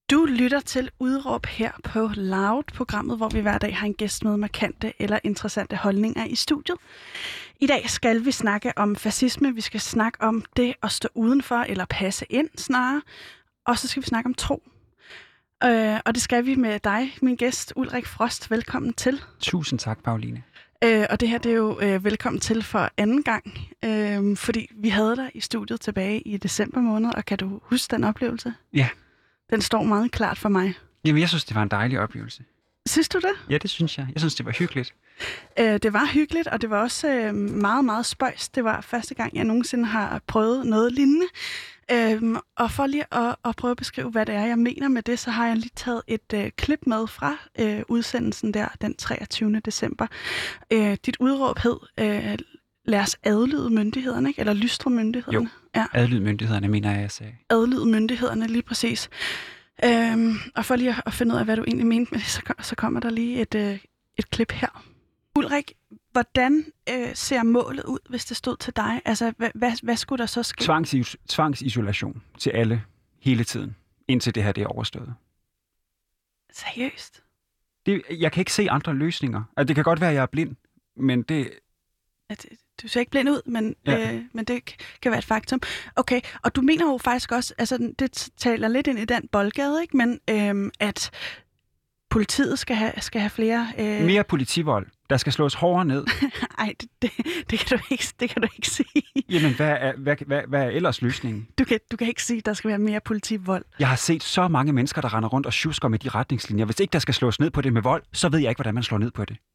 Du lytter til Udråb her på Loud, programmet, hvor vi hver dag har en gæst med markante eller interessante holdninger i studiet. I dag skal vi snakke om fascisme, vi skal snakke om det at stå udenfor eller passe ind snarere, og så skal vi snakke om tro. Og det skal vi med dig, min gæst Ulrik Frost. Velkommen til. Tusind tak, Pauline. Og det her det er jo velkommen til for anden gang, fordi vi havde dig i studiet tilbage i december måned, og kan du huske den oplevelse? Ja. Den står meget klart for mig. Jamen, jeg synes, det var en dejlig oplevelse. Synes du det? Ja, det synes jeg. Jeg synes, det var hyggeligt. Det var hyggeligt, og det var også meget, meget spøjst. Det var første gang, jeg nogensinde har prøvet noget lignende. Og for lige at prøve at beskrive, hvad det er, jeg mener med det, så har jeg lige taget et klip med fra udsendelsen der den 23. december. Dit udråb hed, lad os adlyde myndighederne, ikke? Eller lystre myndighederne. Jo, ja. Adlyde myndighederne, mener jeg sagde. Adlyde myndighederne, lige præcis. Og for lige at finde ud af, hvad du egentlig mente med det, så kommer der lige et klip her. Ulrik, hvordan ser målet ud, hvis det stod til dig? Altså, hvad skulle der så ske? Tvangsisolation til alle, hele tiden, indtil det her det er overstået. Seriøst? Jeg kan ikke se andre løsninger. Altså, det kan godt være, at jeg er blind, men det... Du ser ikke blind ud, men det kan være et faktum. Okay, og du mener jo faktisk også, altså det taler lidt ind i den boldgade, ikke? Men at politiet skal have flere... Mere politivold. Der skal slås hårdere ned. Nej, det kan du ikke sige. Jamen, hvad er ellers løsningen? Du kan ikke sige, at der skal være mere politivold. Jeg har set så mange mennesker, der render rundt og sjusker med de retningslinjer. Hvis ikke der skal slås ned på det med vold, så ved jeg ikke, hvordan man slår ned på det.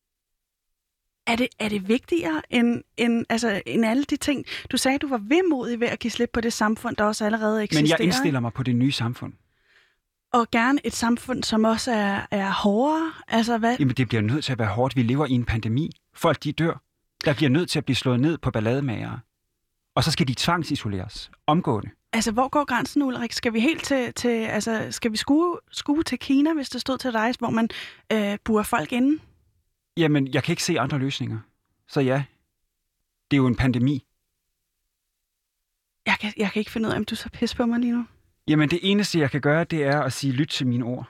Er det vigtigere end alle de ting? Du sagde, at du var vemodig ved at give slip på det samfund, der også allerede eksisterer. Men jeg indstiller mig på det nye samfund. Og gerne et samfund, som også er hårdere? Altså, hvad? Jamen, det bliver nødt til at være hårdt. Vi lever i en pandemi. Folk, de dør. Der bliver nødt til at blive slået ned på ballademagere. Og så skal de tvangsisoleres. Omgående. Altså, hvor går grænsen, Ulrik? Skal vi helt til altså, skal vi skue til Kina, hvis det stod til dig, hvor man burer folk inde? Jamen, jeg kan ikke se andre løsninger. Så ja, det er jo en pandemi. Jeg kan ikke finde ud af, om du så pisse på mig lige nu. Jamen, det eneste, jeg kan gøre, det er at sige lyt til mine ord.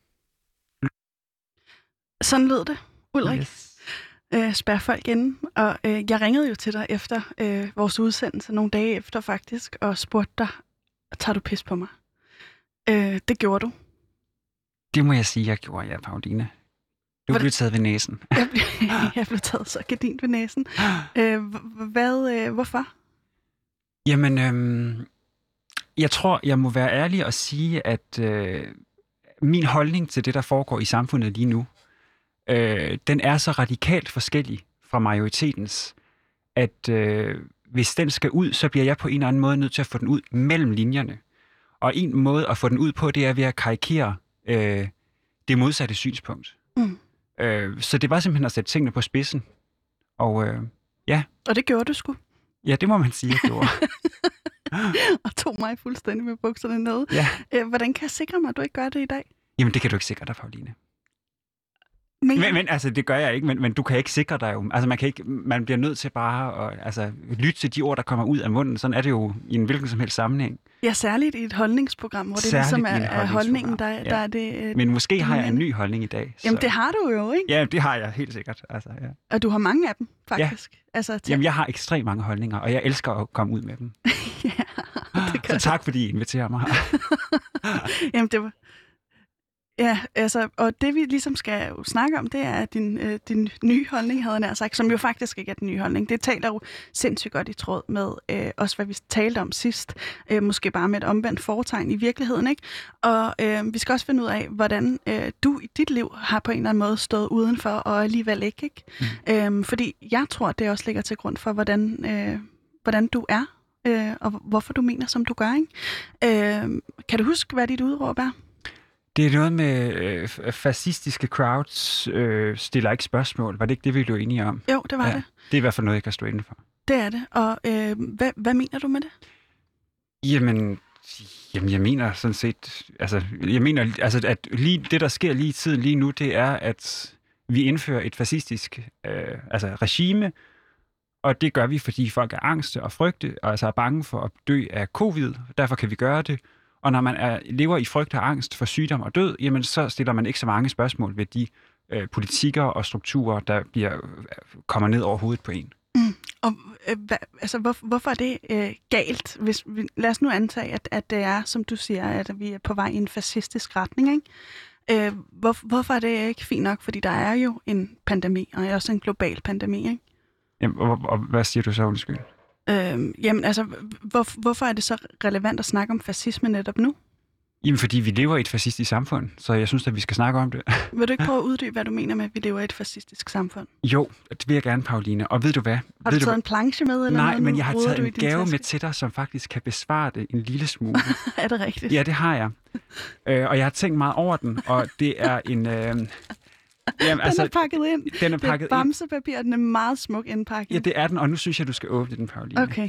Sådan lød det, Ulrik. Yes. Spærr folk inde. Og jeg ringede jo til dig efter vores udsendelse, nogle dage efter faktisk, og spurgte dig, tager du pis på mig? Det gjorde du. Det må jeg sige, jeg gjorde, ja, Pauline. Du blev taget ved næsen. Jeg blev taget så gedint ved næsen. Hvorfor? Jamen, jeg tror, jeg må være ærlig og sige, at min holdning til det, der foregår i samfundet lige nu, den er så radikalt forskellig fra majoritetens, at hvis den skal ud, så bliver jeg på en eller anden måde nødt til at få den ud mellem linjerne. Og en måde at få den ud på, det er ved at karikere det modsatte synspunkt. Mm. Så det var simpelthen at sætte tingene på spidsen. Og ja. Og det gjorde du sgu? Ja, det må man sige, jeg gjorde. Og tog mig fuldstændig med bukserne ned. Ja. Hvordan kan jeg sikre mig, at du ikke gør det i dag? Jamen, det kan du ikke sikre dig, Pauline. Men altså, det gør jeg ikke, men du kan ikke sikre dig jo. Altså, man bliver nødt til bare at lytte til de ord, der kommer ud af munden. Sådan er det jo i en hvilken som helst sammenhæng. Ja, særligt i et holdningsprogram, hvor det ligesom er holdningen, der er det... Men måske har jeg en ny holdning i dag. Så. Jamen, det har du jo, ikke? Ja, det har jeg helt sikkert. Altså, ja. Og du har mange af dem, faktisk. Ja. Altså, Jamen, jeg har ekstremt mange holdninger, og jeg elsker at komme ud med dem. Ja, så tak, fordi I inviterer mig. Jamen, det var... Ja, altså, og det vi ligesom skal jo snakke om, det er din nye holdning, havde jeg nær sagt, som jo faktisk ikke er den nye holdning. Det taler jo sindssygt godt i tråd med også, hvad vi talte om sidst. Måske bare med et omvendt foretegn i virkeligheden, ikke? Og vi skal også finde ud af, hvordan du i dit liv har på en eller anden måde stået udenfor, og alligevel ikke? Fordi jeg tror, det også ligger til grund for, hvordan du er, og hvorfor du mener, som du gør, ikke? Kan du huske, hvad dit udråb er? Det er noget med fascistiske crowds stiller ikke spørgsmål. Var det ikke det, vi blev enige om? Jo, det var det. Det er i hvert fald noget, jeg kan stå inden for. Det er det. Og hvad mener du med det? Jamen, jeg mener sådan set... at lige det, der sker lige i tiden lige nu, det er, at vi indfører et fascistisk regime, og det gør vi, fordi folk er angste og frygte, og altså er bange for at dø af covid. Derfor kan vi gøre det. Og når man lever i frygt og angst for sygdom og død, jamen så stiller man ikke så mange spørgsmål ved de politikker og strukturer, der kommer ned over hovedet på en. Og hvorfor er det galt? Lad os nu antage, at det er, som du siger, at vi er på vej i en fascistisk retning, ikke? Hvorfor er det ikke fint nok? Fordi der er jo en pandemi, og også en global pandemi, ikke? Jamen, og hvad siger du så, undskyld? Hvorfor er det så relevant at snakke om fascisme netop nu? Jamen, fordi vi lever i et fascistisk samfund, så jeg synes, at vi skal snakke om det. Vil du ikke prøve at uddybe, hvad du mener med, at vi lever i et fascistisk samfund? Jo, det vil jeg gerne, Pauline. Og ved du hvad? Har du taget en planche med? Eller Nej, noget, men jeg har taget en gave taske? med til dig, som faktisk kan besvare det en lille smule. Er det rigtigt? Ja, det har jeg. Og jeg har tænkt meget over den, og det er en... Jamen, den er pakket ind. Den er pakket ind. Det er bamsepapir, og den er meget smuk indpakket. Ja, det er den, og nu synes jeg, du skal åbne den, Pauline. Okay.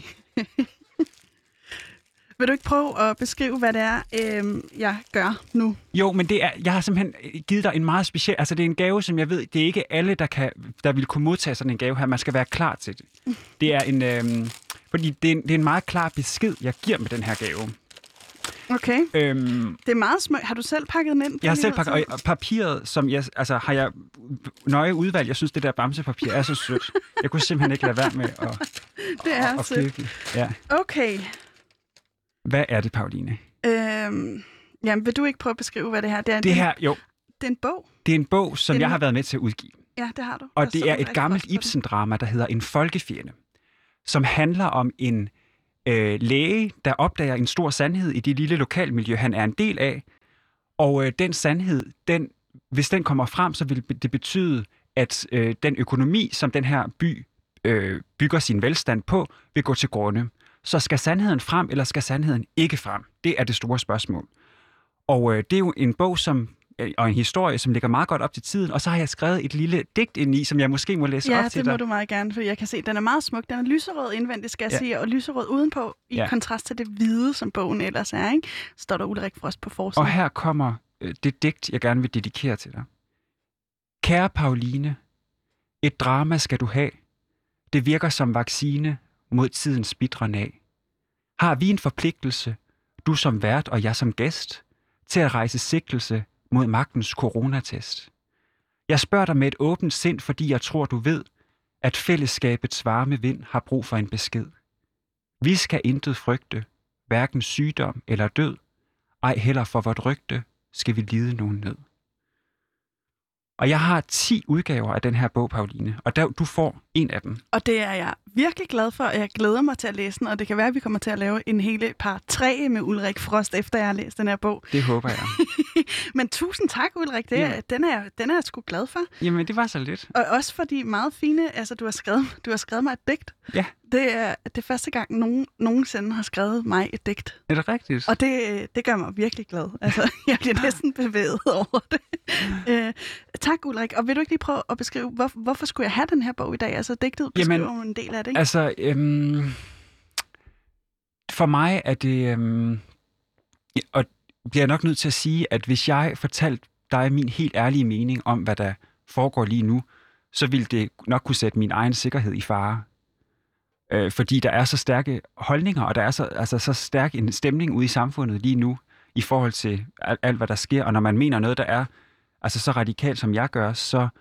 Vil du ikke prøve at beskrive, hvad det er, jeg gør nu? Jo, men jeg har simpelthen givet dig en meget speciel... Altså, det er en gave, som jeg ved, det er ikke alle, der vil kunne modtage sådan en gave her. Man skal være klar til det. Det er en... fordi det er en meget klar besked, jeg giver med den her gave. Okay. Det er meget smukt. Har du selv pakket den ind? Jeg har selv pakket, og papiret, som jeg... Altså, har jeg nøje udvalgt. Jeg synes, det der bamsepapir er så sødt. Jeg kunne simpelthen ikke lade være med at... Det er sødt. Ja. Okay. Hvad er det, Pauline? Jamen, vil du ikke prøve at beskrive, hvad det her er? Det her, jo. Det er en bog? Det er en bog, som jeg har været med til at udgive. Ja, det har du. Og det er et gammelt Ibsen-drama, der hedder En folkefjende, som handler om en læge, der opdager en stor sandhed i det lille lokalmiljø, han er en del af. Og den sandhed, hvis den kommer frem, så vil det betyde, at den økonomi, som den her by bygger sin velstand på, vil gå til grunde. Så skal sandheden frem, eller skal sandheden ikke frem? Det er det store spørgsmål. Og det er jo en bog og en historie, som ligger meget godt op til tiden. Og så har jeg skrevet et lille digt ind i, som jeg måske må læse op til dig. Ja, det må du meget gerne, for jeg kan se, at den er meget smuk. Den er lyserød indvendigt, skal jeg sige, og lyserød udenpå, i kontrast til det hvide, som bogen ellers er. Ikke? Så står der Ulrik Frost på forsiden. Og her kommer det digt, jeg gerne vil dedikere til dig. Kære Pauline, et drama skal du have. Det virker som vaccine mod tidens bitre nag. Har vi en forpligtelse, du som vært og jeg som gæst, til at rejse sigtelse mod magtens coronatest? Jeg spørger dig med et åbent sind, fordi jeg tror, du ved, at fællesskabets varme vind har brug for en besked. Vi skal intet frygte, hverken sygdom eller død, ej heller for vort rygte skal vi lide nogen nød. Og jeg har 10 udgaver af den her bog, Pauline, og du får en af dem. Og det er jeg virkelig glad for, og jeg glæder mig til at læse den, og det kan være, at vi kommer til at lave en hele par 3 med Ulrik Frost, efter jeg har læst den her bog. Det håber jeg. Men tusind tak, Ulrik. Den er jeg sgu glad for. Jamen, det var så lidt. Og også fordi meget fine, altså du har skrevet mig et digt. Ja. Det er første gang, nogen nogensinde har skrevet mig et digt. Er det rigtigt? Og det gør mig virkelig glad. Altså, jeg bliver næsten bevæget over det. Tak, Ulrik. Og vil du ikke lige prøve at beskrive, hvorfor skulle jeg have den her bog i dag? Altså, digtet beskriver en del af det, ikke? Altså, for mig er det... og bliver jeg nok nødt til at sige, at hvis jeg fortalte dig min helt ærlige mening om, hvad der foregår lige nu, så ville det nok kunne sætte min egen sikkerhed i fare. Fordi der er så stærke holdninger, og der er så stærk en stemning ude i samfundet lige nu, i forhold til alt, hvad der sker. Og når man mener noget, der er altså så radikalt, som jeg gør,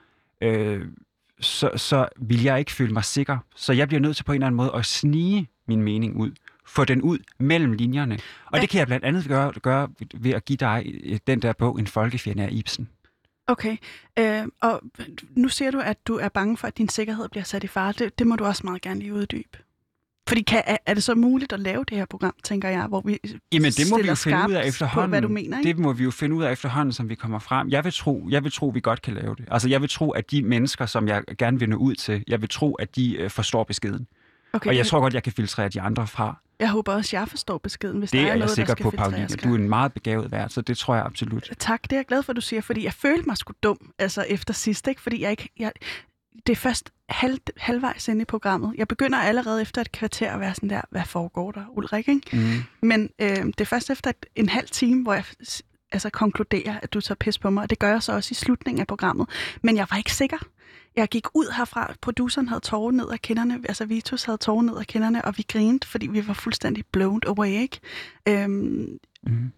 så vil jeg ikke føle mig sikker. Så jeg bliver nødt til på en eller anden måde at snige min mening ud. Få den ud mellem linjerne. Og det kan jeg blandt andet gøre ved at give dig den der bog, En folkefjende af Ibsen. Okay, og nu siger du, at du er bange for, at din sikkerhed bliver sat i fare. Det må du også meget gerne lige uddybe. Fordi er det så muligt at lave det her program, tænker jeg, hvor vi det må vi jo finde ud af efterhånden. På, hvad du mener, ikke? Det må vi jo finde ud af efterhånden, som vi kommer frem. Jeg vil tro, vi godt kan lave det. Altså, jeg vil tro, at de mennesker, som jeg gerne vil nå ud til, jeg vil tro, at de forstår beskeden. Okay, og jeg tror godt, jeg kan filtrere de andre fra. Jeg håber også, jeg forstår beskeden, hvis det der er noget, der skal filtreres. Det er jeg sikker på, Pauline. Du er en meget begavet vært, så det tror jeg absolut. Tak, det er jeg glad for, at du siger, fordi jeg følte mig sgu dum, altså efter sidst, ikke? Fordi det er først halvvejs inde i programmet. Jeg begynder allerede efter et kvarter at være sådan der, hvad foregår der, Ulrik, ikke? Mm. Men det er først efter en halv time, hvor jeg konkluderer, at du tager pis på mig, og det gør jeg så også i slutningen af programmet. Men jeg var ikke sikker. Jeg gik ud herfra, produceren havde tårer ned af kinderne, altså Vitus havde tårer ned af kinderne, og vi grinede, fordi vi var fuldstændig blown away, ikke?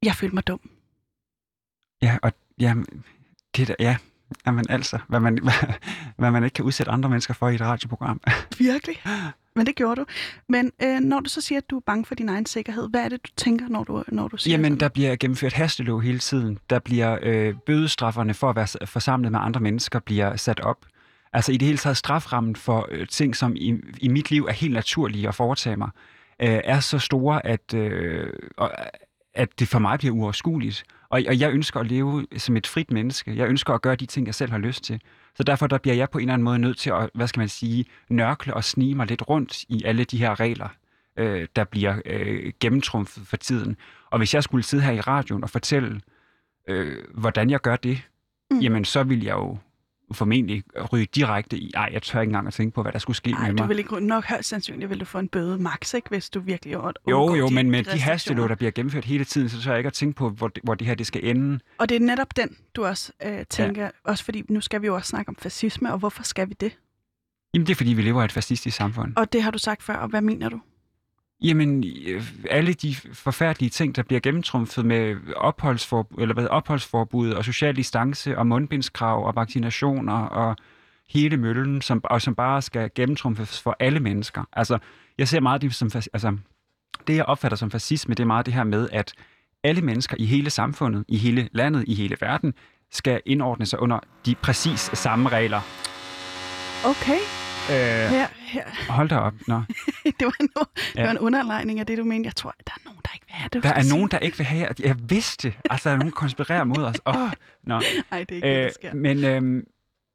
Jeg følte mig dum. Ja, og ja, det der, ja, jamen altså, hvad man ikke kan udsætte andre mennesker for i et radioprogram. Virkelig? Men det gjorde du. Men når du så siger, at du er bange for din egen sikkerhed, hvad er det, du tænker, når du siger Jamen, sådan? der bliver gennemført hastelov hele tiden. Der bliver bødestrafferne for at være forsamlet med andre mennesker bliver sat op. Altså i det hele taget straframmen for ting, som i mit liv er helt naturlige at foretage mig, er så store, at det for mig bliver uoverskueligt. Og jeg ønsker at leve som et frit menneske. Jeg ønsker at gøre de ting, jeg selv har lyst til. Så derfor der bliver jeg på en eller anden måde nødt til at, hvad skal man sige, nørkle og snige mig lidt rundt i alle de her regler, der bliver gennemtrumfet for tiden. Og hvis jeg skulle sidde her i radioen og fortælle, hvordan jeg gør det, jamen så vil jeg jo formentlig ryge direkte i, jeg tør ikke engang at tænke på, hvad der skulle ske med mig. Du vil ikke nok højst sandsynligt, vil du få en bøde max, ikke, hvis du virkelig Jo, men med de hastelov, der bliver gennemført hele tiden, så tør jeg ikke at tænke på, hvor det her det skal ende. Og det er netop den, du også tænker, også fordi nu skal vi jo også snakke om fascisme, og hvorfor skal vi det? Jamen det er, fordi vi lever i et fascistisk samfund. Og det har du sagt før, og hvad mener du? Jamen, alle de forfærdelige ting, der bliver gennemtrumfet med opholdsforbud og social distance og mundbindskrav og vaccinationer og hele møllen, som bare skal gennemtrumfes for alle mennesker. Altså, jeg ser meget det som det, jeg opfatter som fascisme, det er meget det her med, at alle mennesker i hele samfundet, i hele landet, i hele verden, skal indordne sig under de præcis samme regler. Okay. Her. Hold da op. Nå. det var en underlegning af det, du mener. Jeg tror, der er nogen, der ikke vil have det. Der er nogen, der ikke vil have det. Jeg vidste. Altså, der er nogen, der konspirerer mod os. Nej, det er ikke det, der sker. Men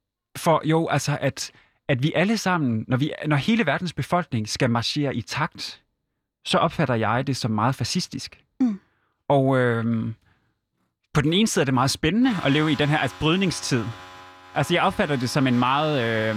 at vi alle sammen, når hele verdens befolkning skal marchere i takt, så opfatter jeg det som meget fascistisk. Og på den ene side er det meget spændende at leve i den her brydningstid. Altså, jeg opfatter det som en meget...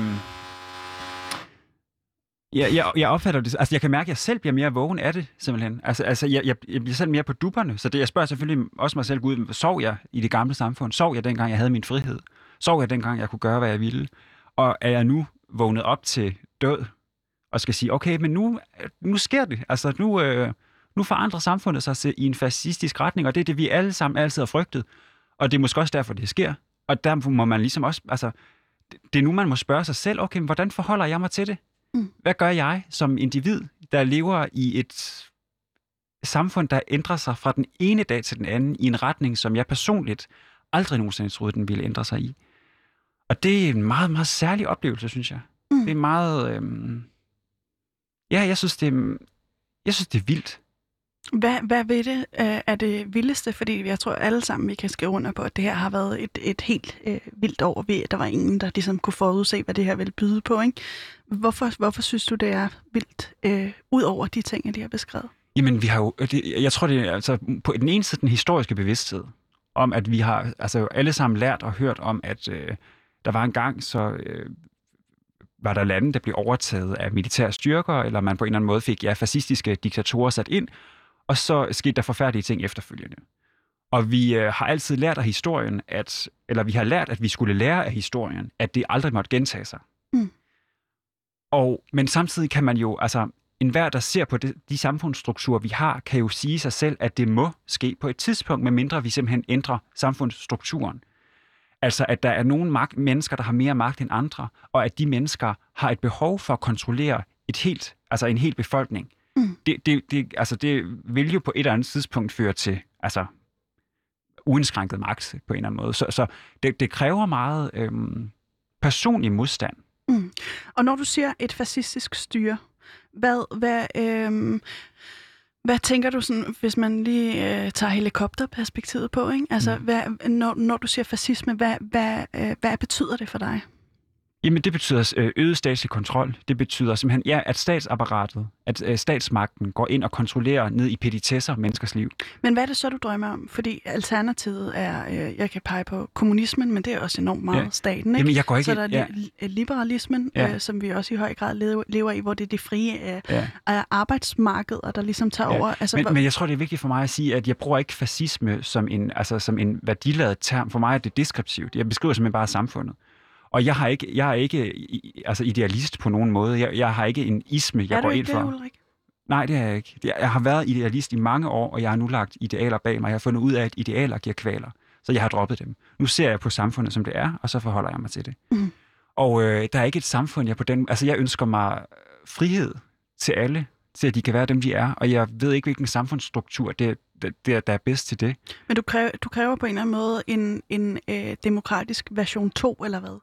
Jeg opfatter det... Altså, jeg kan mærke, at jeg selv bliver mere vågen af det, simpelthen. Altså jeg bliver selv mere på dupperne. Så det, jeg spørger selvfølgelig også mig selv, Gud, sov jeg i det gamle samfund? Sov jeg dengang, jeg havde min frihed? Sov jeg dengang, jeg kunne gøre, hvad jeg ville? Og er jeg nu vågnet op til død og skal sige, okay, men nu sker det. Altså, nu forandrer samfundet sig i en fascistisk retning, og det er det, vi alle sammen altid har frygtet. Og det er måske også derfor, det sker. Og der må man ligesom også... Altså, det er nu, man må spørge sig selv, okay, men hvordan forholder jeg mig til det? Hvad gør jeg som individ, der lever i et samfund, der ændrer sig fra den ene dag til den anden i en retning, som jeg personligt aldrig nogensinde troede, den ville ændre sig i? Og det er en meget, meget særlig oplevelse, synes jeg. Det er meget... jeg synes, det er vildt. Hvad ved det er det vildeste? Fordi jeg tror alle sammen, vi kan skrive under på, at det her har været et helt vildt år. Der var ingen, der ligesom kunne forudse, hvad det her ville byde på, ikke? Hvorfor synes du, det er vildt, ud over de ting, jeg lige har beskrevet? Jamen, vi har jo... Jeg tror, det er altså på den ene side den historiske bevidsthed, om at vi har altså alle sammen lært og hørt om, at der var en gang, så... var der lande, der blev overtaget af militære styrker, eller man på en eller anden måde fik fascistiske diktatorer sat ind, og så skete der forfærdelige ting efterfølgende. Og vi har altid lært af historien, vi har lært, at vi skulle lære af historien, at det aldrig måtte gentage sig. Men samtidig kan man jo, altså enhver, der ser på de samfundsstrukturer, vi har, kan jo sige sig selv, at det må ske på et tidspunkt, medmindre vi simpelthen ændrer samfundsstrukturen. Altså, at der er nogle mennesker, der har mere magt end andre, og at de mennesker har et behov for at kontrollere en hel befolkning. Det vil jo på et eller andet tidspunkt føre til uindskrænket magt på en eller anden måde. Så det kræver meget personlig modstand. Og når du siger et fascistisk styre, hvad tænker du sådan, hvis man lige tager helikopterperspektivet på, ikke? Altså, når du siger fascisme, hvad betyder det for dig? Jamen, det betyder øget statslig kontrol. Det betyder simpelthen, at statsapparatet, at statsmagten går ind og kontrollerer ned i petitesser menneskers liv. Men hvad er det så, du drømmer om? Fordi alternativet er, jeg kan pege på kommunismen, men det er også enormt meget staten, ikke? Jamen, jeg går ikke... Så der er liberalismen, som vi også i høj grad lever i, hvor det er det frie arbejdsmarked, der ligesom tager over. Altså, men jeg tror, det er vigtigt for mig at sige, at jeg bruger ikke fascisme som en værdiladet term. For mig er det deskriptivt. Jeg beskriver simpelthen bare samfundet. Og jeg er ikke idealist på nogen måde. Jeg har ikke en isme, jeg går ind for. Er du ikke det, Ulrik? Nej, det er jeg ikke. Jeg har været idealist i mange år, og jeg har nu lagt idealer bag mig. Jeg har fundet ud af, at idealer giver kvaler, så jeg har droppet dem. Nu ser jeg på samfundet, som det er, og så forholder jeg mig til det. Mm. Og der er ikke et samfund, jeg ønsker mig frihed til alle, til at de kan være dem, de er, og jeg ved ikke, hvilken samfundsstruktur der er bedst til det. Men du kræver på en eller anden måde en demokratisk version 2, eller hvad?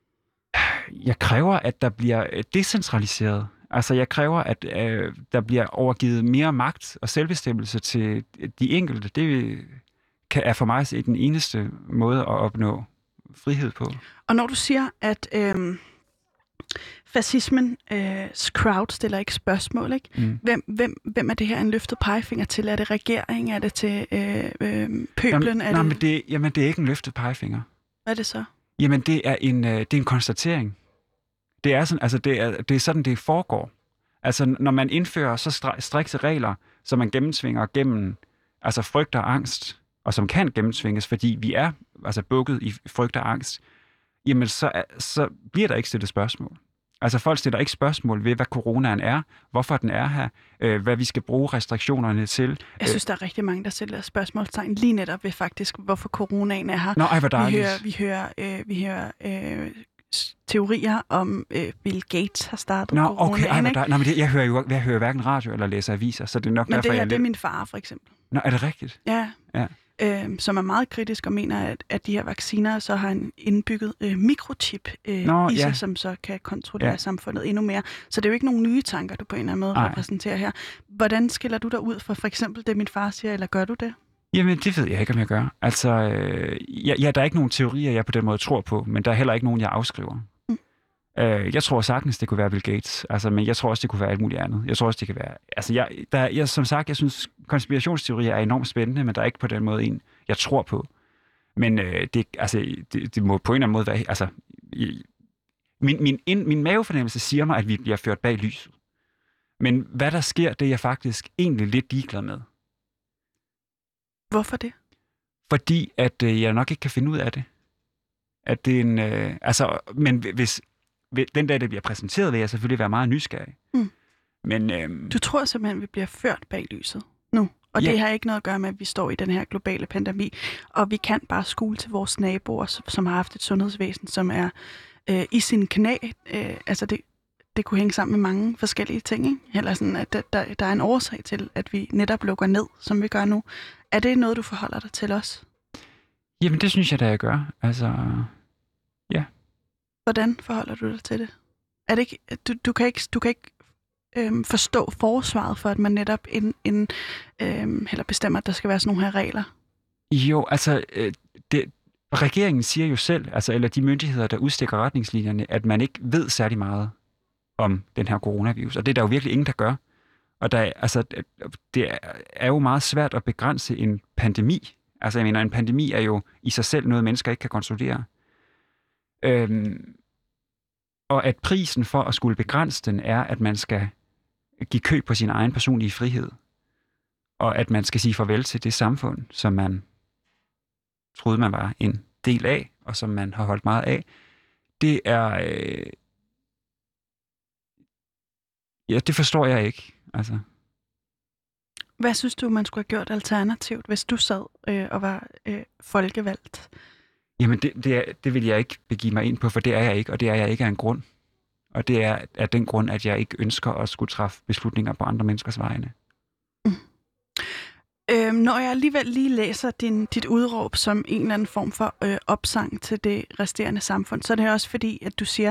Jeg kræver, at der bliver decentraliseret. Altså, jeg kræver, at der bliver overgivet mere magt og selvbestemmelse til de enkelte. Det er for mig den eneste måde at opnå frihed på. Og når du siger, at fascismens crowd stiller ikke spørgsmål, ikke? Mm. Hvem er det her en løftet pegefinger til? Er det regeringen? Er det til pøblen? Jamen, det er ikke en løftet pegefinger. Hvad er det så? Jamen, det er en konstatering. Det er sådan, altså det er sådan, det foregår. Altså, når man indfører så strikse regler, som man gennemtvinger gennem altså frygt og angst, og som kan gennemtvinges, fordi vi er altså bukket i frygt og angst, jamen så bliver der ikke stillet spørgsmål. Altså folk stiller ikke spørgsmål ved, hvad coronaen er, hvorfor den er her, hvad vi skal bruge restriktionerne til. Jeg synes, der er rigtig mange, der stiller spørgsmålstegn lige netop ved faktisk, hvorfor coronaen er her. Nå, ej, hvor dejligt. Vi hører teorier om, Bill Gates har startet coronaen. Okay, men jeg hører hverken radio eller læser aviser, så det er nok men derfor, det er min far, for eksempel. Nå, er det rigtigt? Ja. Som er meget kritisk og mener, at de her vacciner så har en indbygget mikrochip i sig, som så kan kontrollere samfundet endnu mere. Så det er jo ikke nogen nye tanker, du på en eller anden måde repræsenterer her. Hvordan skiller du dig ud fra for eksempel det, min far siger, eller gør du det? Jamen, det ved jeg ikke, om jeg gør. Altså, der er ikke nogen teorier, jeg på den måde tror på, men der er heller ikke nogen, jeg afskriver. Jeg tror sagtens, det kunne være Bill Gates, altså, men jeg tror også, det kunne være alt muligt andet. Jeg tror også, det kan være... Altså, som sagt, jeg synes, konspirationsteorier er enormt spændende, men der er ikke på den måde en, jeg tror på. Men det må på en eller anden måde være... Altså, min mavefornemmelse siger mig, at vi bliver ført bag lyset. Men hvad der sker, det er jeg faktisk egentlig lidt ligeglad med. Hvorfor det? Fordi, at jeg nok ikke kan finde ud af det. At det er en... men hvis... Den dag, det bliver præsenteret, vil jeg selvfølgelig være meget nysgerrig. Mm. Men, du tror simpelthen, vi bliver ført bag lyset nu? Og det har ikke noget at gøre med, at vi står i den her globale pandemi. Og vi kan bare skule til vores naboer, som har haft et sundhedsvæsen, som er i sin knæ. Det kunne hænge sammen med mange forskellige ting, ikke? Eller sådan, at der er en årsag til, at vi netop lukker ned, som vi gør nu. Er det noget, du forholder dig til også? Jamen, det synes jeg da, jeg gør. Altså, ja. Hvordan forholder du dig til det? Er det ikke, du kan ikke forstå forsvaret for, at man netop heller bestemmer, at der skal være sådan nogle her regler? Jo, altså, regeringen siger jo selv, altså, eller de myndigheder, der udstikker retningslinjerne, at man ikke ved særlig meget om den her coronavirus. Og det er der jo virkelig ingen, der gør. Og det er jo meget svært at begrænse en pandemi. Altså, jeg mener, en pandemi er jo i sig selv noget, mennesker ikke kan kontrollere. Og at prisen for at skulle begrænse den er, at man skal give køb på sin egen personlige frihed. Og at man skal sige farvel til det samfund, som man troede, man var en del af, og som man har holdt meget af. Det er... det forstår jeg ikke. Altså. Hvad synes du, man skulle have gjort alternativt, hvis du sad og var folkevalgt? Jamen, det vil jeg ikke begive mig ind på, for det er jeg ikke, og det er jeg ikke af en grund. Og det er af den grund, at jeg ikke ønsker at skulle træffe beslutninger på andre menneskers vegne. Når jeg alligevel lige læser dit udråb som en eller anden form for opsang til det resterende samfund, så er det også fordi, at du siger,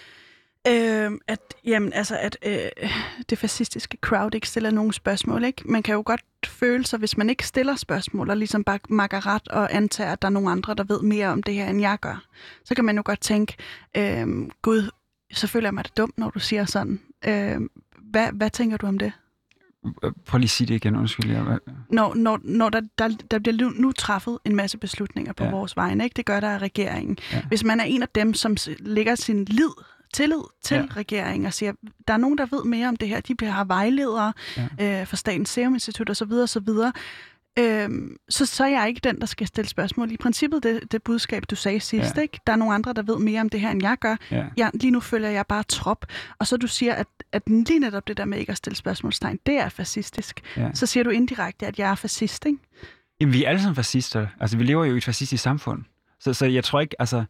at det fascistiske crowd ikke stiller nogen spørgsmål, ikke? Man kan jo godt føle sig, hvis man ikke stiller spørgsmål, og ligesom bare makker ret og antager, at der er nogen andre, der ved mere om det her, end jeg gør. Så kan man jo godt tænke, Gud, så føler jeg mig da dum, når du siger sådan. Hvad tænker du om det? Prøv lige at sige det igen, undskyld. Når der bliver nu træffet en masse beslutninger på vores vegne, ikke? Det gør der af regeringen. Ja. Hvis man er en af dem, som lægger sin tillid til regeringen og siger, der er nogen, der ved mere om det her, de har vejledere fra Statens Serum Institut osv. Så er jeg ikke den, der skal stille spørgsmål. I princippet, det budskab, du sagde sidst, ikke? Der er nogle andre, der ved mere om det her, end jeg gør. Ja. Lige nu følger jeg bare trop. Og så du siger, at lige netop det der med ikke at stille spørgsmålstegn, det er fascistisk. Ja. Så siger du indirekte, at jeg er fascist, ikke? Jamen, vi er alle sammen fascister. Altså, vi lever jo i et fascistisk samfund. Så jeg tror ikke, altså...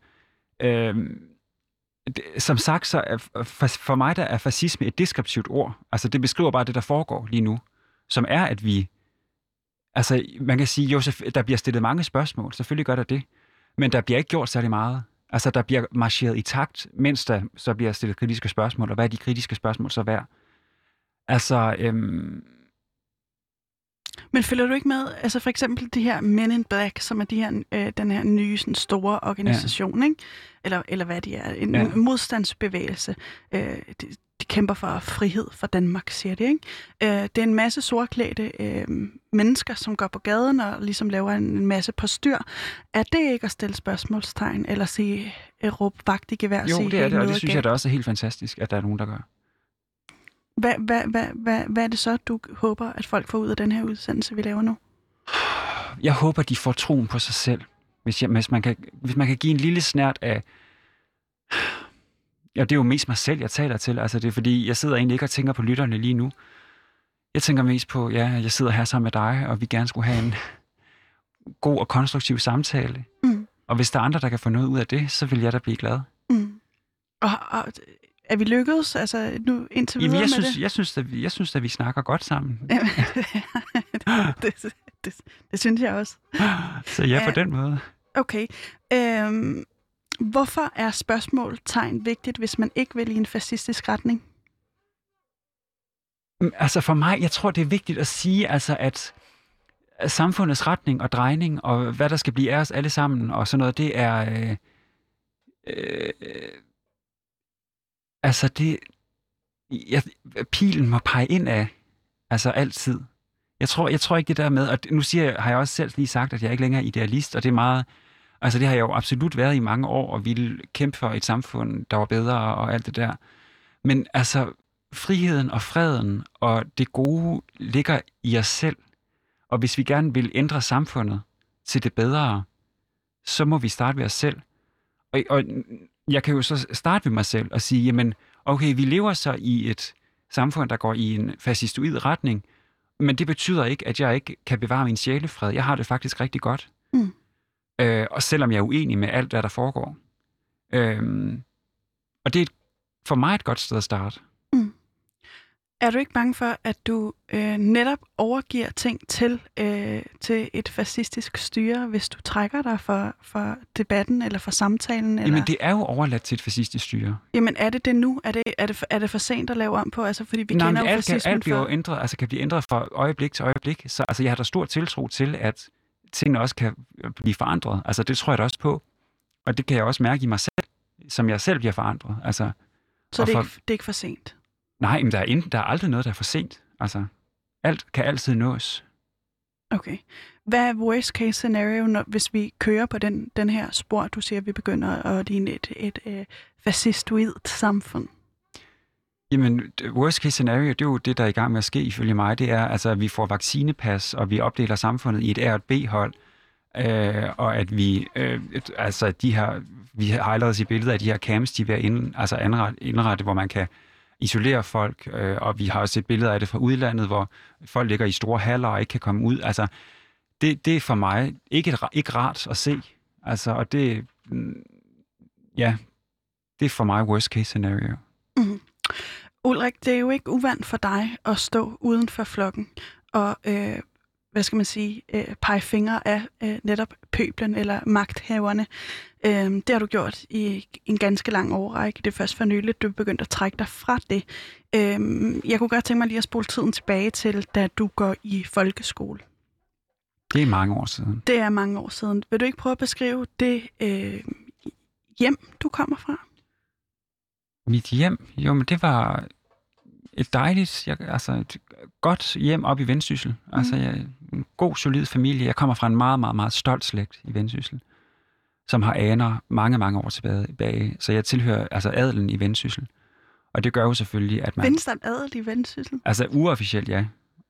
som sagt, så er, for mig der er fascisme et deskriptivt ord. Altså, det beskriver bare det, der foregår lige nu. Som er, at vi... Altså, man kan sige, jo, der bliver stillet mange spørgsmål. Selvfølgelig gør der det. Men der bliver ikke gjort særlig meget. Altså, der bliver marcheret i takt, mens der så bliver stillet kritiske spørgsmål. Og hvad er de kritiske spørgsmål så værd? Altså... Men følger du ikke med, altså for eksempel de her Men in Black, som er den her nye sådan store organisation, ikke? Eller hvad de er, en modstandsbevægelse. De kæmper for frihed for Danmark, siger de, ikke? Det er en masse sortklædte mennesker, som går på gaden og ligesom laver en masse postyr. Er det ikke at stille spørgsmålstegn, eller sige, råbe vagt i gevær? Jo, det er det, og det synes jeg da også er helt fantastisk, at der er nogen, der gør. Hvad er det så, du håber, at folk får ud af den her udsendelse, vi laver nu? Jeg håber, de får troen på sig selv. Hvis man kan give en lille snert af... Ja, det er jo mest mig selv, jeg taler til. Altså, det er fordi, jeg sidder egentlig ikke og tænker på lytterne lige nu. Jeg tænker mest på, jeg sidder her sammen med dig, og vi gerne skulle have en god og konstruktiv samtale. Mm. Og hvis der er andre, der kan få noget ud af det, så vil jeg da blive glad. Mm. Og er vi lykkedes, altså nu indtil videre med det? Jeg synes, at vi snakker godt sammen. det synes jeg også. Så ja, på den måde. Okay. Hvorfor er spørgsmålstegn vigtigt, hvis man ikke vil i en fascistisk retning? Altså for mig, jeg tror, det er vigtigt at sige, altså at samfundets retning og drejning, og hvad der skal blive af os alle sammen, og sådan noget, det er... Altså pilen må pege ind af, altså altid. Jeg tror ikke det der med, og nu har jeg også selv lige sagt, at jeg ikke længere er idealist, og det er meget, altså det har jeg jo absolut været i mange år, og ville kæmpe for et samfund, der var bedre og alt det der. Men altså, friheden og freden og det gode ligger i os selv, og hvis vi gerne vil ændre samfundet til det bedre, så må vi starte ved os selv. Og jeg kan jo så starte ved mig selv og sige, jamen, okay, vi lever så i et samfund, der går i en fascistoid retning, men det betyder ikke, at jeg ikke kan bevare min sjælefred. Jeg har det faktisk rigtig godt. Mm. Og selvom jeg er uenig med alt, hvad der foregår. Og det er for mig et godt sted at starte. Mm. Er du ikke bange for, at du netop overgiver ting til et fascistisk styre, hvis du trækker dig for debatten eller for samtalen? Eller? Jamen, det er jo overladt til et fascistisk styre. Jamen, er det nu? Er det for sent at lave om på? Altså, fordi vi kender jo fascismen alt bliver jo ændret, altså kan blive ændret fra øjeblik til øjeblik. Så altså, jeg har da stor tiltro til, at tingene også kan blive forandret. Altså, det tror jeg da også på. Og det kan jeg også mærke i mig selv, som jeg selv bliver forandret. Altså, så det er ikke for sent? Nej, men der er aldrig noget, der er for sent. Altså, alt kan altid nås. Okay. Hvad er worst case scenario, hvis vi kører på den her spor, du siger, at vi begynder at ligne et fascistoidt samfund? Jamen, worst case scenario, det er jo det, der er i gang med at ske, ifølge mig. Det er, altså, at vi får vaccinepas, og vi opdeler samfundet i et A- og et B-hold. Og at vi, vi har allerede set billeder af de her camps, de er ved at indrette, hvor man kan isolere folk, og vi har også set billeder af det fra udlandet, hvor folk ligger i store haller og ikke kan komme ud. Altså, det er for mig ikke rart at se. Altså, og det er for mig worst case scenario. Mm. Ulrik, det er jo ikke uvandt for dig at stå uden for flokken og hvad skal man sige, pege fingre af netop pøblen eller magthaverne. Det har du gjort i en ganske lang årrække. Det er først for nyligt, du begyndte at trække dig fra det. Jeg kunne godt tænke mig lige at spole tiden tilbage til, da du går i folkeskole. Det er mange år siden. Det er mange år siden. Vil du ikke prøve at beskrive det hjem, du kommer fra? Mit hjem? Jo, men det var et dejligt, et godt hjem op i Vendsyssel. Mm. Altså, en god, solid familie. Jeg kommer fra en meget, meget, meget stolt slægt i Vendsyssel, som har aner mange, mange år tilbage. Så jeg tilhører adelen i Vendsyssel. Og det gør jo selvfølgelig, at man... Findes der en adel i Vendsyssel? Altså uofficielt, ja.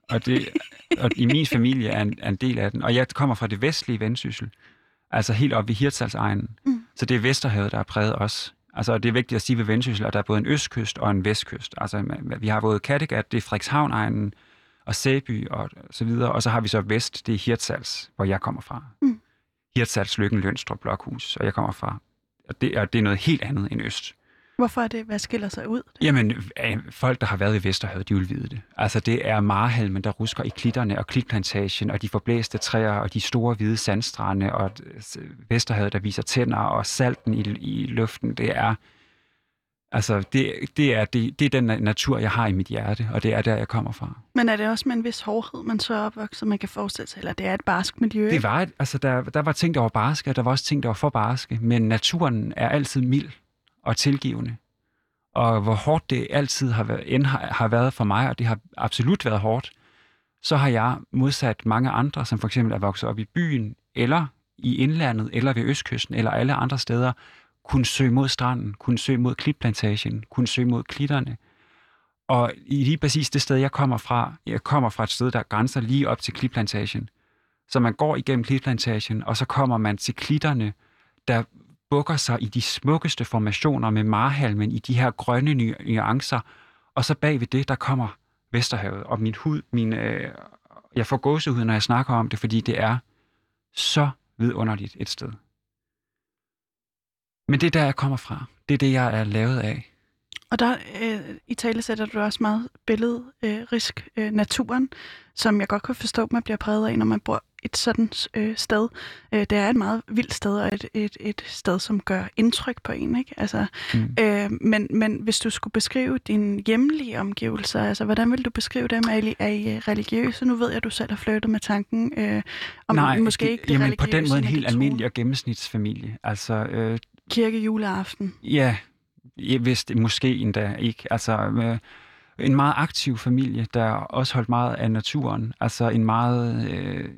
Og i min familie er en del af den. Og jeg kommer fra det vestlige Vendsyssel, altså helt op ved Hirtshalsegnen. Så det er Vesterhavet, der har præget os. Altså, det er vigtigt at sige ved Vendsyssel, at der er både en østkyst og en vestkyst. Altså, vi har både Kattegat, det er Frederikshavn-egnen, og Sæby og så videre. Og så har vi så vest, det er Hirtshals, hvor jeg kommer fra. Hirtshals, Løkken, Lønstrup, Blokhus, og jeg kommer fra. Og det er noget helt andet end øst. Hvorfor er det? Hvad skiller sig ud? Jamen, folk, der har været i Vesterhavet, de vil vide det. Altså, det er marehalmen, der rusker i klitterne og klitplantagen, og de forblæste træer, og de store hvide sandstrande, og Vesterhavet, der viser tænder, og salten i luften. Det er, altså, det er den natur, jeg har i mit hjerte, og det er der, jeg kommer fra. Men er det også med en vis hårdhed, man så opvokser, man kan forestille sig, eller det er et barsk miljø? Det var, altså, der var ting, der var barske, og der var også ting, der var for barske, men naturen er altid mild og tilgivende. Og hvor hårdt det altid har været for mig, og det har absolut været hårdt, så har jeg modsat mange andre, som for eksempel er vokset op i byen, eller i indlandet, eller ved østkysten, eller alle andre steder, kunne søge mod stranden, kunne søge mod klitplantagen, kunne søge mod klitterne. Og i lige præcis det sted, jeg kommer fra et sted, der grænser lige op til klitplantagen. Så man går igennem klitplantagen, og så kommer man til klitterne, der bukker sig i de smukkeste formationer med marhalmen i de her grønne nuancer, og så bag ved det, der kommer Vesterhavet, og jeg får gåsehud, når jeg snakker om det, fordi det er så vidunderligt et sted. Men det er der, jeg kommer fra. Det er det, jeg er lavet af. Og der i tale sætter du også meget billedrisk naturen, som jeg godt kan forstå, man bliver præget af, når man bor et sådan sted. Det er et meget vildt sted, og et sted, som gør indtryk på en, ikke? Altså, men hvis du skulle beskrive dine hjemlige omgivelser, altså, hvordan vil du beskrive dem? Er I religiøse? Nu ved jeg, at du selv har flirtet med tanken om måske ikke det jamen, religiøse. På den måde en helt almindelig og gennemsnitsfamilie. Altså, kirke juleaften. Ja, hvis det måske endda ikke. Altså, en meget aktiv familie, der også holdt meget af naturen. Altså en meget,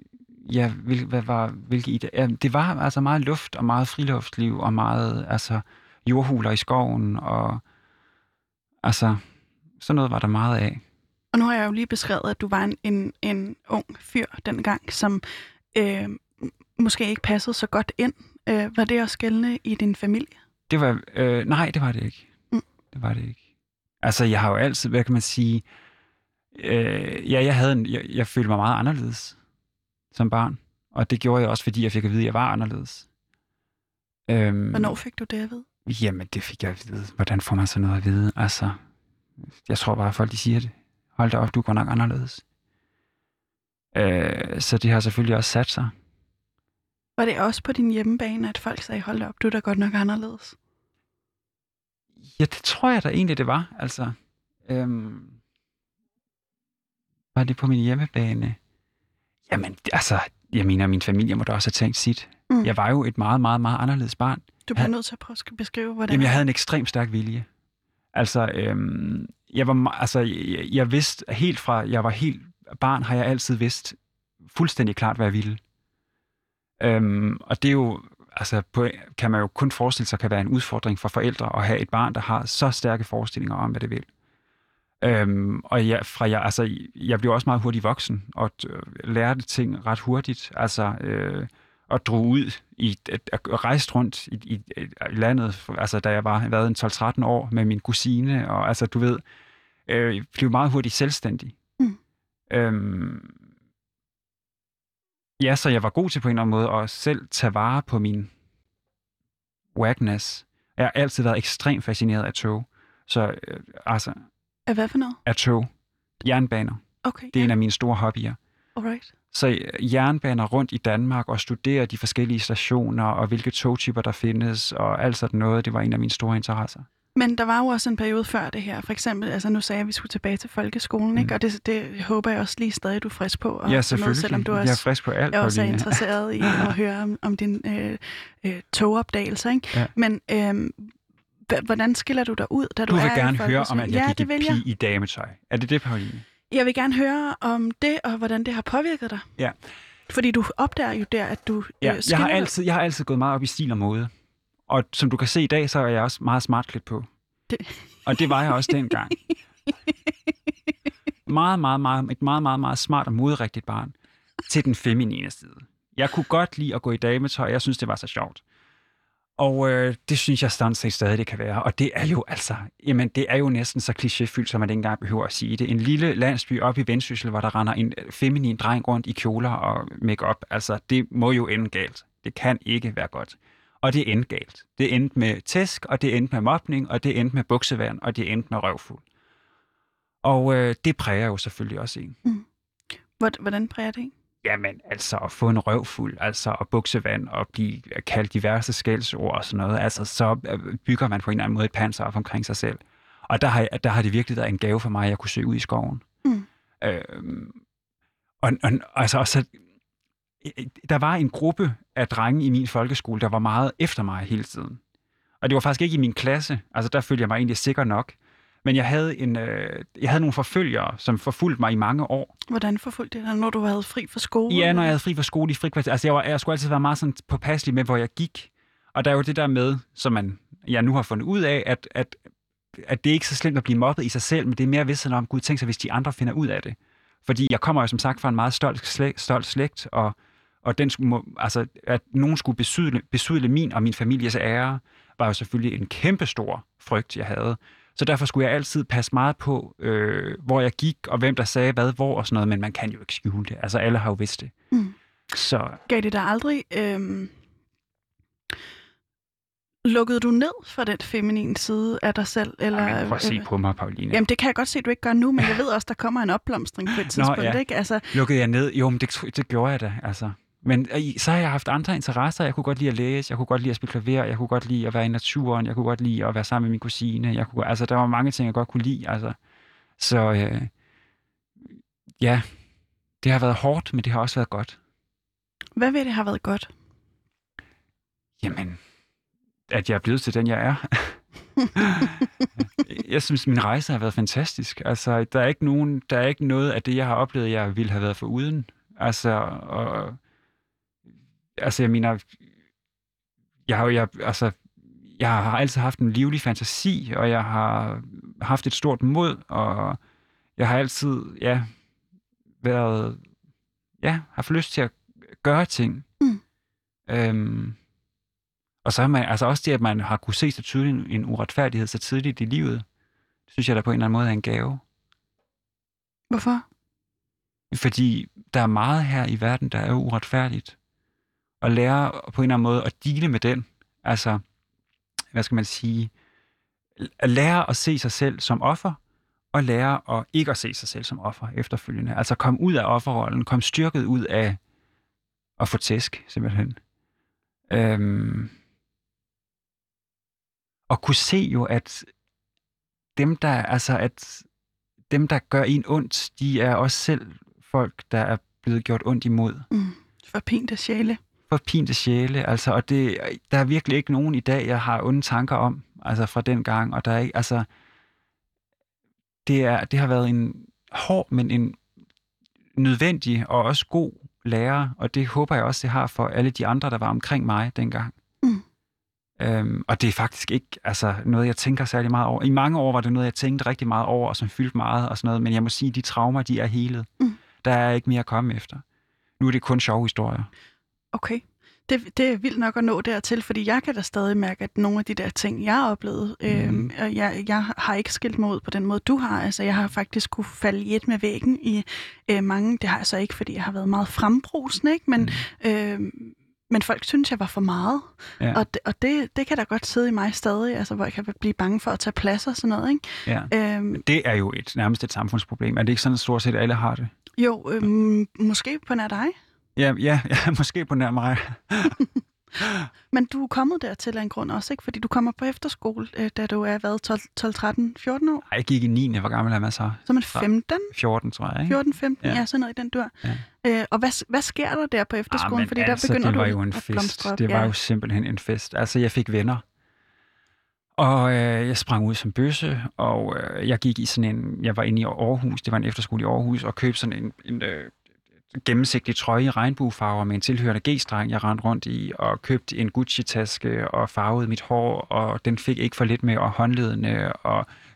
det var altså meget luft og meget friluftsliv og meget altså jordhuler i skoven og altså sådan noget var der meget af. Og nu har jeg jo lige beskrevet, at du var en ung fyr dengang, som måske ikke passede så godt ind. Var det også gældende i din familie? Det var, nej, det var det ikke. Det var det ikke. Altså, jeg har jo altid, hvad kan man sige, jeg følte mig meget anderledes som barn. Og det gjorde jeg også, fordi jeg fik at vide, at jeg var anderledes. Hvornår fik du det at vide? Jamen, det fik jeg at vide. Hvordan får man så noget at vide? Altså, jeg tror bare, at folk de siger det. Hold da op, du går nok anderledes. Så det har selvfølgelig også sat sig. Var det også på din hjemmebane, at folk sagde, hold da op, du er da godt nok anderledes? Ja, det tror jeg da egentlig, det var. Altså, var det på min hjemmebane? Jamen, altså, jeg mener, min familie må da også have tænkt sit. Jeg var jo et meget, meget, meget anderledes barn. Du bliver nødt til at prøve at beskrive, hvordan... Jamen, jeg havde en ekstremt stærk vilje. Altså, jeg vidste helt fra, jeg var helt barn, har jeg altid vidst fuldstændig klart, hvad jeg ville. Og det er jo, altså, kan man jo kun forestille sig, kan være en udfordring for forældre at have et barn, der har så stærke forestillinger om, hvad det vil. Og jeg blev også meget hurtigt voksen, og lærte ting ret hurtigt, altså, og drog ud og rejste rundt i landet, altså, da jeg havde været en 12-13 år med min kusine, og altså, du ved, blev meget hurtigt selvstændig. Ja, så jeg var god til på en eller anden måde at selv tage vare på min wagness. Jeg har altid været ekstremt fascineret af tog. Så altså... Af hvad for noget? Af tog. Jernbaner. Okay, det er en af mine store hobbyer. Alright. Så jernbaner rundt i Danmark og studere de forskellige stationer og hvilke togtyper der findes og alt sådan noget, det var en af mine store interesser. Men der var jo også en periode før det her. For eksempel, altså nu sagde jeg, at vi skulle tilbage til folkeskolen, ikke? Og det håber jeg også lige stadig, du er frisk på. Og ja, selvfølgelig. noget, selvom du også, jeg er frisk på alt. Jeg også er interesseret i at høre om din togopdagelser, ikke? Ja. Men hvordan skiller du dig ud, da du vil er gerne høre om, at jeg gik i pige i dametøj. Er det, Pauline? Jeg vil gerne høre om det, og hvordan det har påvirket dig. Ja. Fordi du opdager jo der, at du jeg har altid gået meget op i stil og mode. Og som du kan se i dag, så er jeg også meget smart klædt på. Og det var jeg også dengang. et meget smart og moderigtigt barn, til den feminine side. Jeg kunne godt lide at gå i dametøj, jeg synes, det var så sjovt. Og det synes jeg sådan set stadig, det kan være. Og det er jo altså, det er jo næsten så klichéfyldt, som man ikke engang behøver at sige det. En lille landsby oppe i Vendsyssel, hvor der render en feminin dreng rundt i kjoler og make-up, altså det må jo ende galt. Det kan ikke være godt. Og det endte galt. Det endte med tæsk, og det endte med mobning, og det endte med buksevand, og det endte med røvfuld. Og det præger jo selvfølgelig også en. Mm. Hvordan præger det en? Jamen, altså at få en røvfuld, altså at buksevand og blive kaldt diverse skældsord og sådan noget, altså så bygger man på en eller anden måde et panser op omkring sig selv. Og der har det virkelig været en gave for mig, at jeg kunne søge ud i skoven. Mm. Så der var en gruppe af drenge i min folkeskole, der var meget efter mig hele tiden. Og det var faktisk ikke i min klasse, altså der følte jeg mig egentlig sikker nok. Men jeg havde nogle forfølgere, som forfulgte mig i mange år. Hvordan forfulgte det dig, når du havde fri fra skole? Ja, når jeg havde fri fra skole i frikvarter. Altså jeg skulle altid være meget sådan påpasselig med, hvor jeg gik. Og der er jo det der med, som jeg nu har fundet ud af, at det er ikke så slemt at blive mobbet i sig selv, men det er mere vidst om, Gud tænker sig, hvis de andre finder ud af det. Fordi jeg kommer jo som sagt fra en meget stolt slægt, og den at nogen skulle besudle min og min families ære, var jo selvfølgelig en kæmpestor frygt, jeg havde. Så derfor skulle jeg altid passe meget på, hvor jeg gik, og hvem der sagde hvad, hvor og sådan noget, men man kan jo ikke skjule det. Altså, alle har jo vidst det. Mm. Så... Gav det dig aldrig... Lukkede du ned for den feminine side af dig selv? Eller, prøv at se på mig, Pauline. Jamen, det kan jeg godt se, du ikke gør nu, men jeg ved også, der kommer en opblomstring på et tidspunkt, ikke? Altså... Lukkede jeg ned? Jo, men det gjorde jeg da, altså... Men så har jeg haft andre interesser. Jeg kunne godt lide at læse, jeg kunne godt lide at spille klaver, jeg kunne godt lide at være i naturen, jeg kunne godt lide at være sammen med min kusine. Der var mange ting, jeg godt kunne lide. Altså. Så det har været hårdt, men det har også været godt. Hvad ved det har været godt? Jamen, at jeg er blevet til den, jeg er. Jeg synes, min rejse har været fantastisk. Altså, der er ikke noget af det, jeg har oplevet, jeg ville have været foruden. Jeg mener, jeg har altid haft en livlig fantasi, og jeg har haft et stort mod, og jeg har altid, haft lyst til at gøre ting. Mm. Og så har man, altså også det, at man har kunne se så tydeligt en uretfærdighed så tidligt i livet, det synes jeg da på en eller anden måde er en gave. Hvorfor? Fordi der er meget her i verden, der er uretfærdigt. Og lære på en eller anden måde at deale med den. Altså, hvad skal man sige? At lære at se sig selv som offer, og lære at ikke at se sig selv som offer efterfølgende. Altså komme ud af offerrollen, komme styrket ud af at få tæsk, simpelthen. Og kunne se jo, at dem, der gør en ondt, de er også selv folk, der er blevet gjort ondt imod. Forpinte sjæle. Forpinte sjæle, altså, og der er virkelig ikke nogen i dag, jeg har onde tanker om, altså fra den gang, og der er ikke, altså, det har været en hård, men en nødvendig og også god lærer, og det håber jeg også, det har for alle de andre, der var omkring mig dengang. Og det er faktisk ikke noget, jeg tænker særlig meget over. I mange år var det noget, jeg tænkte rigtig meget over, og som fyldte meget og sådan noget, men jeg må sige, at de traumer, de er helet. Der er ikke mere at komme efter. Nu er det kun sjove historier. Okay. Det er vildt nok at nå dertil, fordi jeg kan da stadig mærke, at nogle af de der ting, jeg har oplevet, og jeg har ikke skilt mig ud på den måde, du har. Altså, jeg har faktisk kunne falde i et med væggen i mange. Det har jeg så ikke, fordi jeg har været meget frembrusende, ikke? Men folk synes, jeg var for meget. Ja. Og det kan da godt sidde i mig stadig, altså, hvor jeg kan blive bange for at tage plads og sådan noget, ikke? Ja. Det er jo nærmest et samfundsproblem. Er det ikke sådan, at stort set alle har det? Jo, måske på nær dig. Ja, måske på nær mig. Men du er kommet der til en grund også, ikke? Fordi du kommer på efterskole, da du er været 12, 13, 14 år? Nej, jeg gik i 9. Hvor gammel er man så? Så man 15? 14, tror jeg, ikke? 14, 15, ja, sådan noget i den dør. Ja. Og hvad sker der der på efterskolen? Fordi altså, der begynder det var jo en fest. Det var jo simpelthen en fest. Altså, jeg fik venner. Og jeg sprang ud som bøsse, og jeg gik i sådan jeg var inde i Aarhus, det var en efterskole i Aarhus, og købte sådan en gennemsigtig trøje i regnbuefarver med en tilhørende G-streng, jeg rendte rundt i, og købte en Gucci-taske og farvede mit hår, og den fik ikke for lidt med, og håndledene, og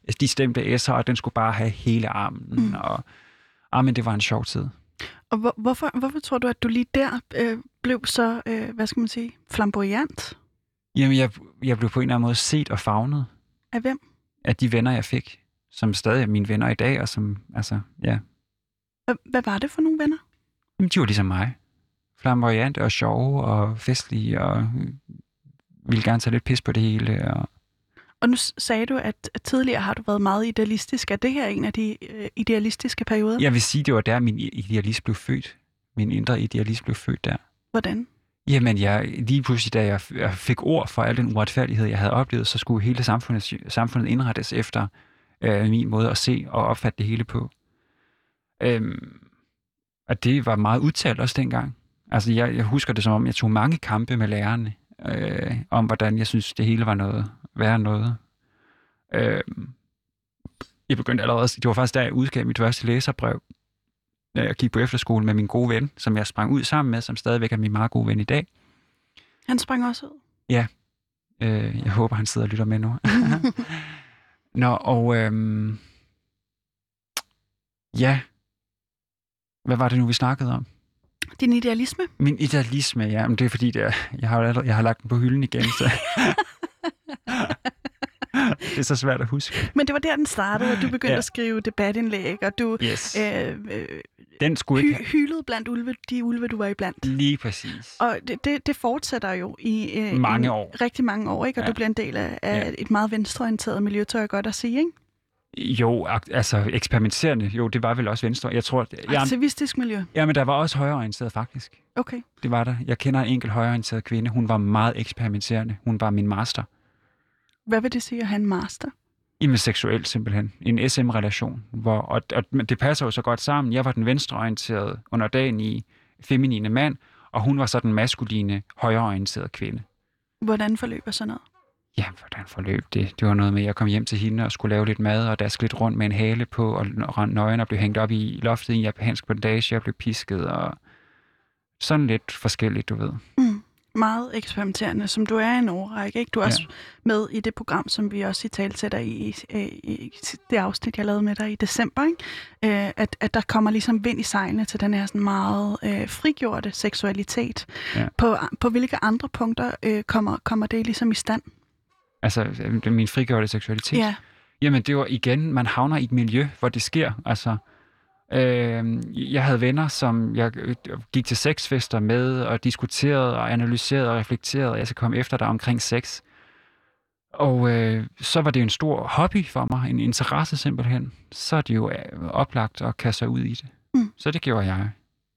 de stemte S'er, og den skulle bare have hele armen. Og men det var en sjov tid. Og hvorfor tror du, at du lige der blev så, hvad skal man sige, flamboyant? Jamen, jeg blev på en eller anden måde set og favnet. Af hvem? Af de venner, jeg fik, som stadig er mine venner i dag, og som, altså, ja. Hvad var det for nogle venner? Jamen, de var ligesom mig. Flamboyante og sjove og festlige, og ville gerne tage lidt pis på det hele. Og nu sagde du, at tidligere har du været meget idealistisk. Er det her en af de idealistiske perioder? Jeg vil sige, det var der, min idealist blev født. Min indre idealist blev født der. Hvordan? Jamen, lige pludselig, da jeg fik ord for al den uretfærdighed, jeg havde oplevet, så skulle hele samfundet indrettes efter min måde at se og opfatte det hele på. Og det var meget udtalt også dengang. Altså, jeg husker det som om, jeg tog mange kampe med lærerne om, hvordan jeg synes, det hele var noget værre noget. Jeg begyndte allerede, det var faktisk der, jeg udgav mit første læserbrev. Jeg gik på efterskole med min gode ven, som jeg sprang ud sammen med, som stadigvæk er min meget gode ven i dag. Han sprang også ud? Ja. Jeg håber, han sidder og lytter med nu. Nå, og ja. Hvad var det nu, vi snakkede om? Din idealisme? Min idealisme, ja. Men det er fordi, jeg har lagt den på hylden igen, så... Det er så svært at huske. Men det var der, den startede, og du begyndte at skrive debatindlæg, og du den skulle ikke... hylede blandt de ulve, du var iblandt. Lige præcis. Og det fortsætter jo i mange år. Rigtig mange år, ikke? Og du bliver en del af et meget venstreorienteret miljø, tør jeg godt at sige, ikke? Jo, altså eksperimenterende. Jo, det var vel også venstre. Jeg tror, aktivistisk miljø? Ja, men der var også højreorienteret, faktisk. Okay. Det var der. Jeg kender en enkelt højreorienteret kvinde. Hun var meget eksperimenterende. Hun var min master. Hvad vil det sige at have en master? Jamen seksuelt simpelthen. En SM-relation. Og det passer jo så godt sammen. Jeg var den venstreorienterede underdanige feminine mand, og hun var så den maskuline, højreorienterede kvinde. Hvordan forløber sådan noget? Ja, hvordan forløb det? Det var noget med, at jeg kom hjem til hende og skulle lave lidt mad, og daske lidt rundt med en hale på, og nøgen og blev hængt op i loftet i en japansk bandage, jeg blev pisket, og sådan lidt forskelligt, du ved. Meget eksperimenterende, som du er i en årrække, ikke? Du er også med i det program, som vi også italesætter i det afsnit, jeg lavede med dig i december, ikke? At der kommer ligesom vind i sejlene til den her sådan meget frigjorte seksualitet. Ja. På hvilke andre punkter kommer det ligesom i stand? Altså, min frigjorte seksualitet? Ja. Jamen, det var igen, man havner i et miljø, hvor det sker, altså... Jeg havde venner, som jeg gik til sexfester med, og diskuterede, og analyserede, og reflekterede, og jeg skal komme efter dig omkring sex. Og så var det en stor hobby for mig, en interesse simpelthen. Så er det jo oplagt at kaste sig ud i det. Så det gjorde jeg.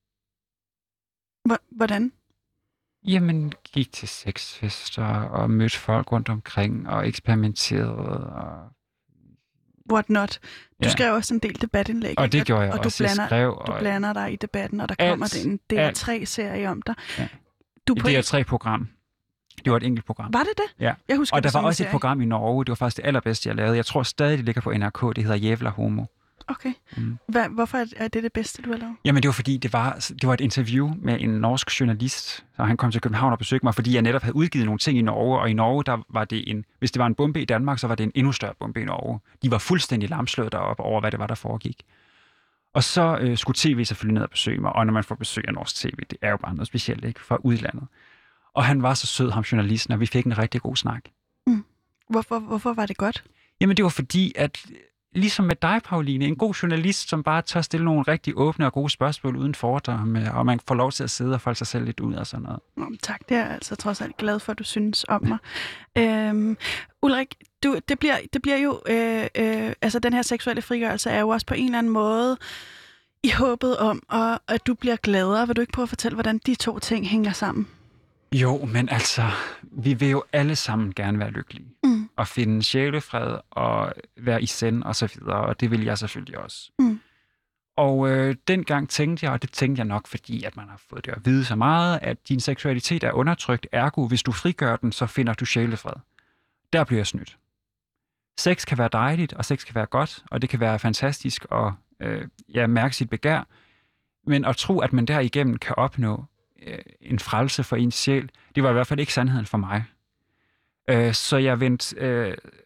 Hvordan? Jamen, gik til sexfester, og mødte folk rundt omkring, og eksperimenterede, og... What not? Du skrev også en del debatindlæg. Og det gjorde jeg og også. Du blander dig i debatten, og der kommer en DR3-serie om dig. Ja. Et DR3-program. Det var et enkelt program. Var det det? Ja. Jeg husker og der var også et program i Norge. Det var faktisk det allerbedste, jeg lavede. Jeg tror stadig, det ligger på NRK. Det hedder Jævla Homo. Okay. Hvorfor er det det bedste, du har lavet? Jamen, det var fordi, det var et interview med en norsk journalist, så han kom til København og besøgte mig, fordi jeg netop havde udgivet nogle ting i Norge, og i Norge, der var det hvis det var en bombe i Danmark, så var det en endnu større bombe i Norge. De var fuldstændig lamslået deroppe over, hvad det var, der foregik. Og så skulle tv selvfølgelig ned og besøge mig, og når man får besøg af norsk tv, det er jo bare noget specielt, ikke? Fra udlandet. Og han var så sød, ham journalisten, og vi fik en rigtig god snak. Hvorfor var det godt? Jamen, det var fordi, at ligesom med dig, Pauline, en god journalist, som bare tør stille nogle rigtig åbne og gode spørgsmål uden fordomme, og man får lov til at sidde og folde sig selv lidt ud og sådan noget. Tak, det er jeg altså trods alt glad for, at du synes om mig. Ulrik, det bliver jo, altså den her seksuelle frigørelse er jo også på en eller anden måde i håbet om, at du bliver gladere. Vil du ikke prøve at fortælle, hvordan de to ting hænger sammen? Jo, men altså, vi vil jo alle sammen gerne være lykkelige. Og finde sjælefred og være i zen og så videre, og det vil jeg selvfølgelig også. Og dengang tænkte jeg, og det tænkte jeg nok, fordi at man har fået det at vide så meget, at din seksualitet er undertrykt, ergo hvis du frigør den, så finder du sjælefred. Der bliver jeg snydt. Sex kan være dejligt, og sex kan være godt, og det kan være fantastisk at mærke sit begær, men at tro, at man derigennem kan opnå en frelse for ens sjæl, det var i hvert fald ikke sandheden for mig. Så jeg vendte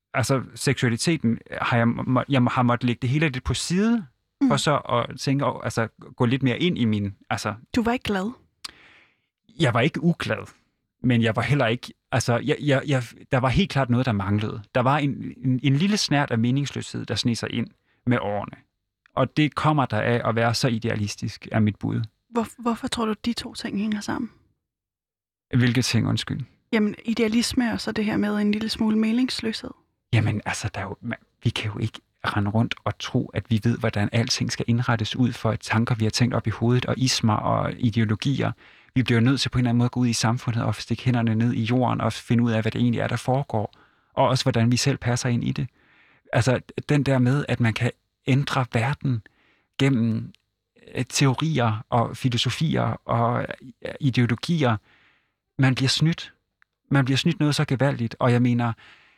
altså seksualiteten jeg har måttet lægge det hele lidt på side, for så at tænke, altså gå lidt mere ind i min, altså... Du var ikke glad? Jeg var ikke uglad, men jeg var heller ikke, altså der var helt klart noget, der manglede. Der var en lille snert af meningsløshed, der sneg sig ind med årene. Og det kommer der af at være så idealistisk, er mit bud. Hvorfor tror du, de to ting hænger sammen? Hvilke ting, undskyld? Jamen, idealisme og så det her med en lille smule meningsløshed. Jamen, altså, vi kan jo ikke rende rundt og tro, at vi ved, hvordan alting skal indrettes ud for tanker, vi har tænkt op i hovedet, og ismer og ideologier. Vi bliver nødt til på en eller anden måde at gå ud i samfundet og stikke hænderne ned i jorden og finde ud af, hvad det egentlig er, der foregår. Og også, hvordan vi selv passer ind i det. Altså, den der med, at man kan ændre verden gennem teorier og filosofier og ideologier. Man bliver snydt. Man bliver snydt noget så gevaldigt, og jeg mener,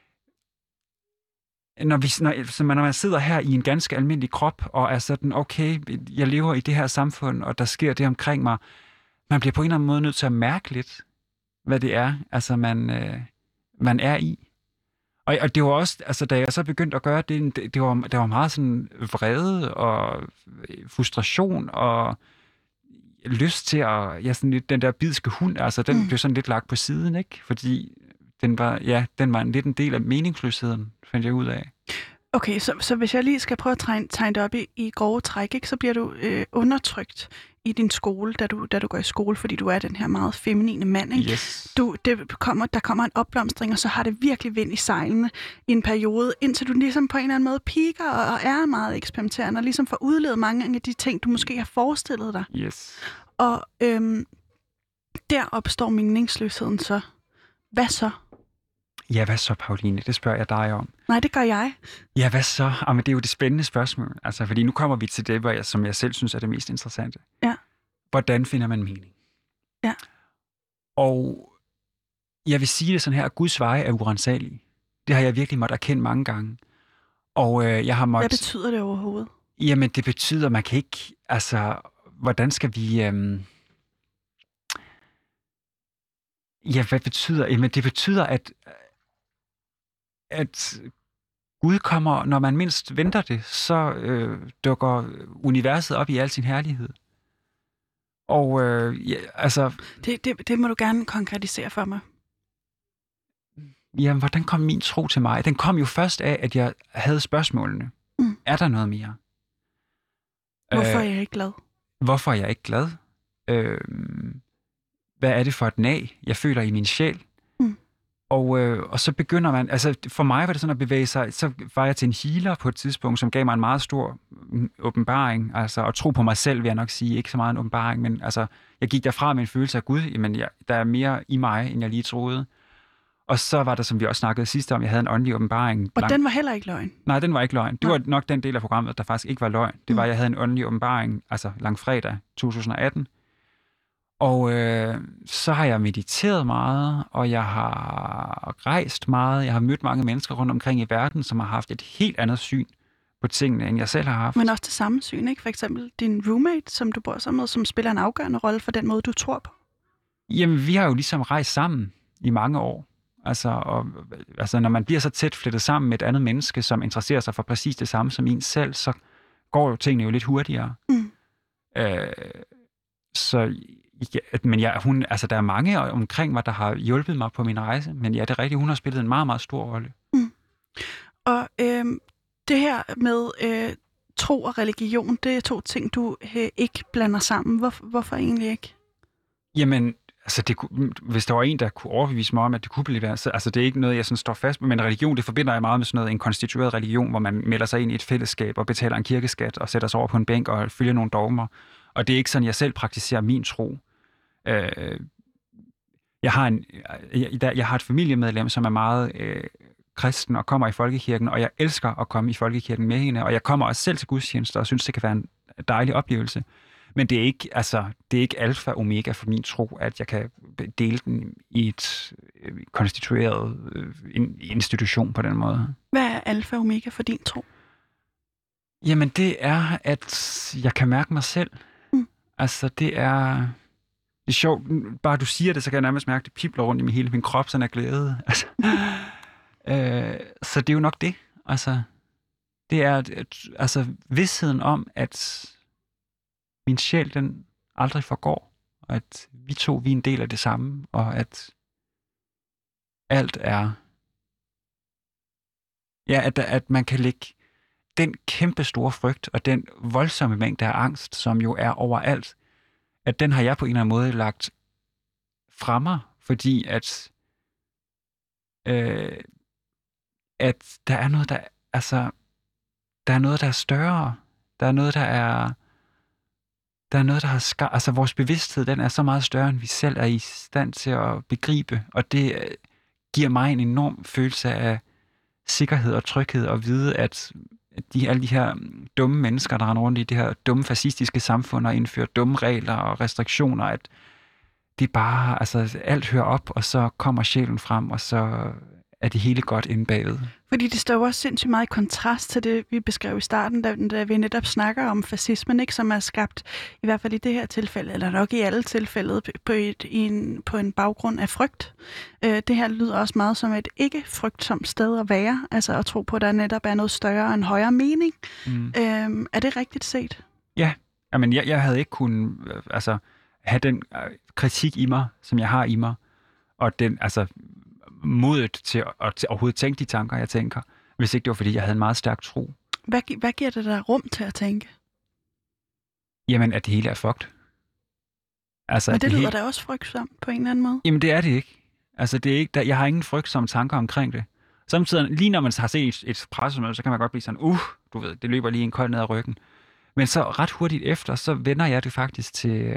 når man sidder her i en ganske almindelig krop, og er sådan, okay, jeg lever i det her samfund, og der sker det omkring mig, man bliver på en eller anden måde nødt til at mærke lidt, hvad det er, altså man er i. Og det var også, altså da jeg så begyndte at gøre det, det var meget sådan vrede og frustration og lyst til at, sådan lidt, den der bidske hund, altså den blev sådan lidt lagt på siden, ikke? Fordi den var lidt en del af meningsløsheden, fandt jeg ud af. Okay, så hvis jeg lige skal prøve at tegne det op i grove træk, ikke, så bliver du undertrykt i din skole, da du går i skole, fordi du er den her meget feminine mand. Ikke? Yes. Der kommer en opblomstring, og så har det virkelig vind i sejlene i en periode, indtil du ligesom på en eller anden måde piker og er meget eksperimenterende, og ligesom får udlevet mange af de ting, du måske har forestillet dig. Yes. Og der opstår meningsløsheden så. Hvad så? Ja, hvad så, Pauline? Det spørger jeg dig om. Nej, det gør jeg. Ja, hvad så? Men det er jo det spændende spørgsmål. Altså, fordi nu kommer vi til det, som jeg selv synes er det mest interessante. Ja. Hvordan finder man mening? Ja. Og jeg vil sige det sådan her, at Guds veje er urensagelige. Det har jeg virkelig måttet erkende mange gange. Og jeg har måttet... Hvad betyder det overhovedet? Jamen, det betyder, at man kan ikke... Altså, hvordan skal vi... Ja, hvad betyder... Jamen, det betyder, at Gud kommer, når man mindst venter det, så dukker universet op i al sin herlighed. Og altså... Det må du gerne konkretisere for mig. Jamen, hvordan kom min tro til mig? Den kom jo først af, at jeg havde spørgsmålene. Er der noget mere? Hvorfor er jeg ikke glad? Hvorfor er jeg ikke glad? Hvad er det for et nag, jeg føler i min sjæl? Og så begynder man, altså for mig var det sådan at bevæge sig, så var jeg til en healer på et tidspunkt, som gav mig en meget stor åbenbaring, altså at tro på mig selv, vil jeg nok sige, ikke så meget en åbenbaring, men altså jeg gik derfra med en følelse af Gud, jamen der er mere i mig, end jeg lige troede. Og så var der, som vi også snakkede sidst om, jeg havde en åndelig åbenbaring. Og den var heller ikke løgn? Nej, den var ikke løgn. Det var nok den del af programmet, der faktisk ikke var løgn. Det var, at jeg havde en åndelig åbenbaring, altså langfredag 2018. Og så har jeg mediteret meget, og jeg har rejst meget. Jeg har mødt mange mennesker rundt omkring i verden, som har haft et helt andet syn på tingene, end jeg selv har haft. Men også det samme syn, ikke? For eksempel din roommate, som du bor sammen med, som spiller en afgørende rolle for den måde, du tror på. Jamen, vi har jo ligesom rejst sammen i mange år. Altså, når man bliver så tæt flettet sammen med et andet menneske, som interesserer sig for præcis det samme som en selv, så går jo tingene jo lidt hurtigere. Altså, der er mange omkring mig, der har hjulpet mig på min rejse, men ja, det er rigtigt, hun har spillet en meget, meget stor rolle. Og det her med tro og religion, det er to ting, du ikke blander sammen. Hvorfor egentlig ikke? Jamen, altså, hvis der var en, der kunne overbevise mig om, at det kunne blive værd, altså det er ikke noget, jeg sådan står fast med, men religion, det forbinder jeg meget med sådan noget, en konstitueret religion, hvor man melder sig ind i et fællesskab og betaler en kirkeskat og sætter sig over på en bænk og følger nogle dogmer. Og det er ikke sådan, jeg selv praktiserer min tro. Jeg har et familiemedlem, som er meget kristen og kommer i folkekirken, og jeg elsker at komme i folkekirken med hende, og jeg kommer også selv til gudstjenester og synes, det kan være en dejlig oplevelse. Men det er ikke alfa og omega for min tro, at jeg kan dele den i et konstitueret institution på den måde. Hvad er alfa og omega for din tro? Jamen, det er, at jeg kan mærke mig selv. Altså, det er sjovt. Bare du siger det, så kan jeg nærmest mærke, det pibler rundt i hele min krop, sådan af glæde. Altså, Så det er jo nok det. Altså, det er altså vidstheden om, at min sjæl, den aldrig forgår, og at vi er en del af det samme, og at alt er... Ja, at man kan lægge den kæmpe store frygt, og den voldsomme mængde af angst, som jo er overalt, at den har jeg på en eller anden måde lagt fra mig, fordi at der er noget, der er noget, der er større. Der er noget, der har altså vores bevidsthed, den er så meget større, end vi selv er i stand til at begribe, og det giver mig en enorm følelse af sikkerhed og tryghed at vide, at alle de her dumme mennesker, der render rundt i det her dumme fascistiske samfund og indfører dumme regler og restriktioner, at det bare, altså alt hører op, og så kommer sjælen frem, og så er det hele godt inde bagved. Fordi det står også sindssygt meget i kontrast til det, vi beskrev i starten, da vi netop snakker om fascismen, ikke, som er skabt, i hvert fald i det her tilfælde, eller nok i alle tilfælde, på en baggrund af frygt. Det her lyder også meget som et ikke-frygtsomt sted at være, altså at tro på, at der netop er noget større og en højere mening. Er det rigtigt set? Ja, men jeg havde ikke kunnet have den kritik i mig, som jeg har i mig, og den, modet til at overhovedet tænke de tanker, jeg tænker, hvis ikke det var, fordi jeg havde en meget stærk tro. Hvad giver det der rum til at tænke? Jamen, at det hele er fucked. Altså, men det lyder da også frygtsomt på en eller anden måde. Jamen, det er det ikke. Altså, det er ikke jeg har ingen frygtsomme tanker omkring det. Samtidig, lige når man har set et pressemøde, så kan man godt blive sådan, du ved, det løber lige en kold ned ad ryggen. Men så ret hurtigt efter, så vender jeg det faktisk til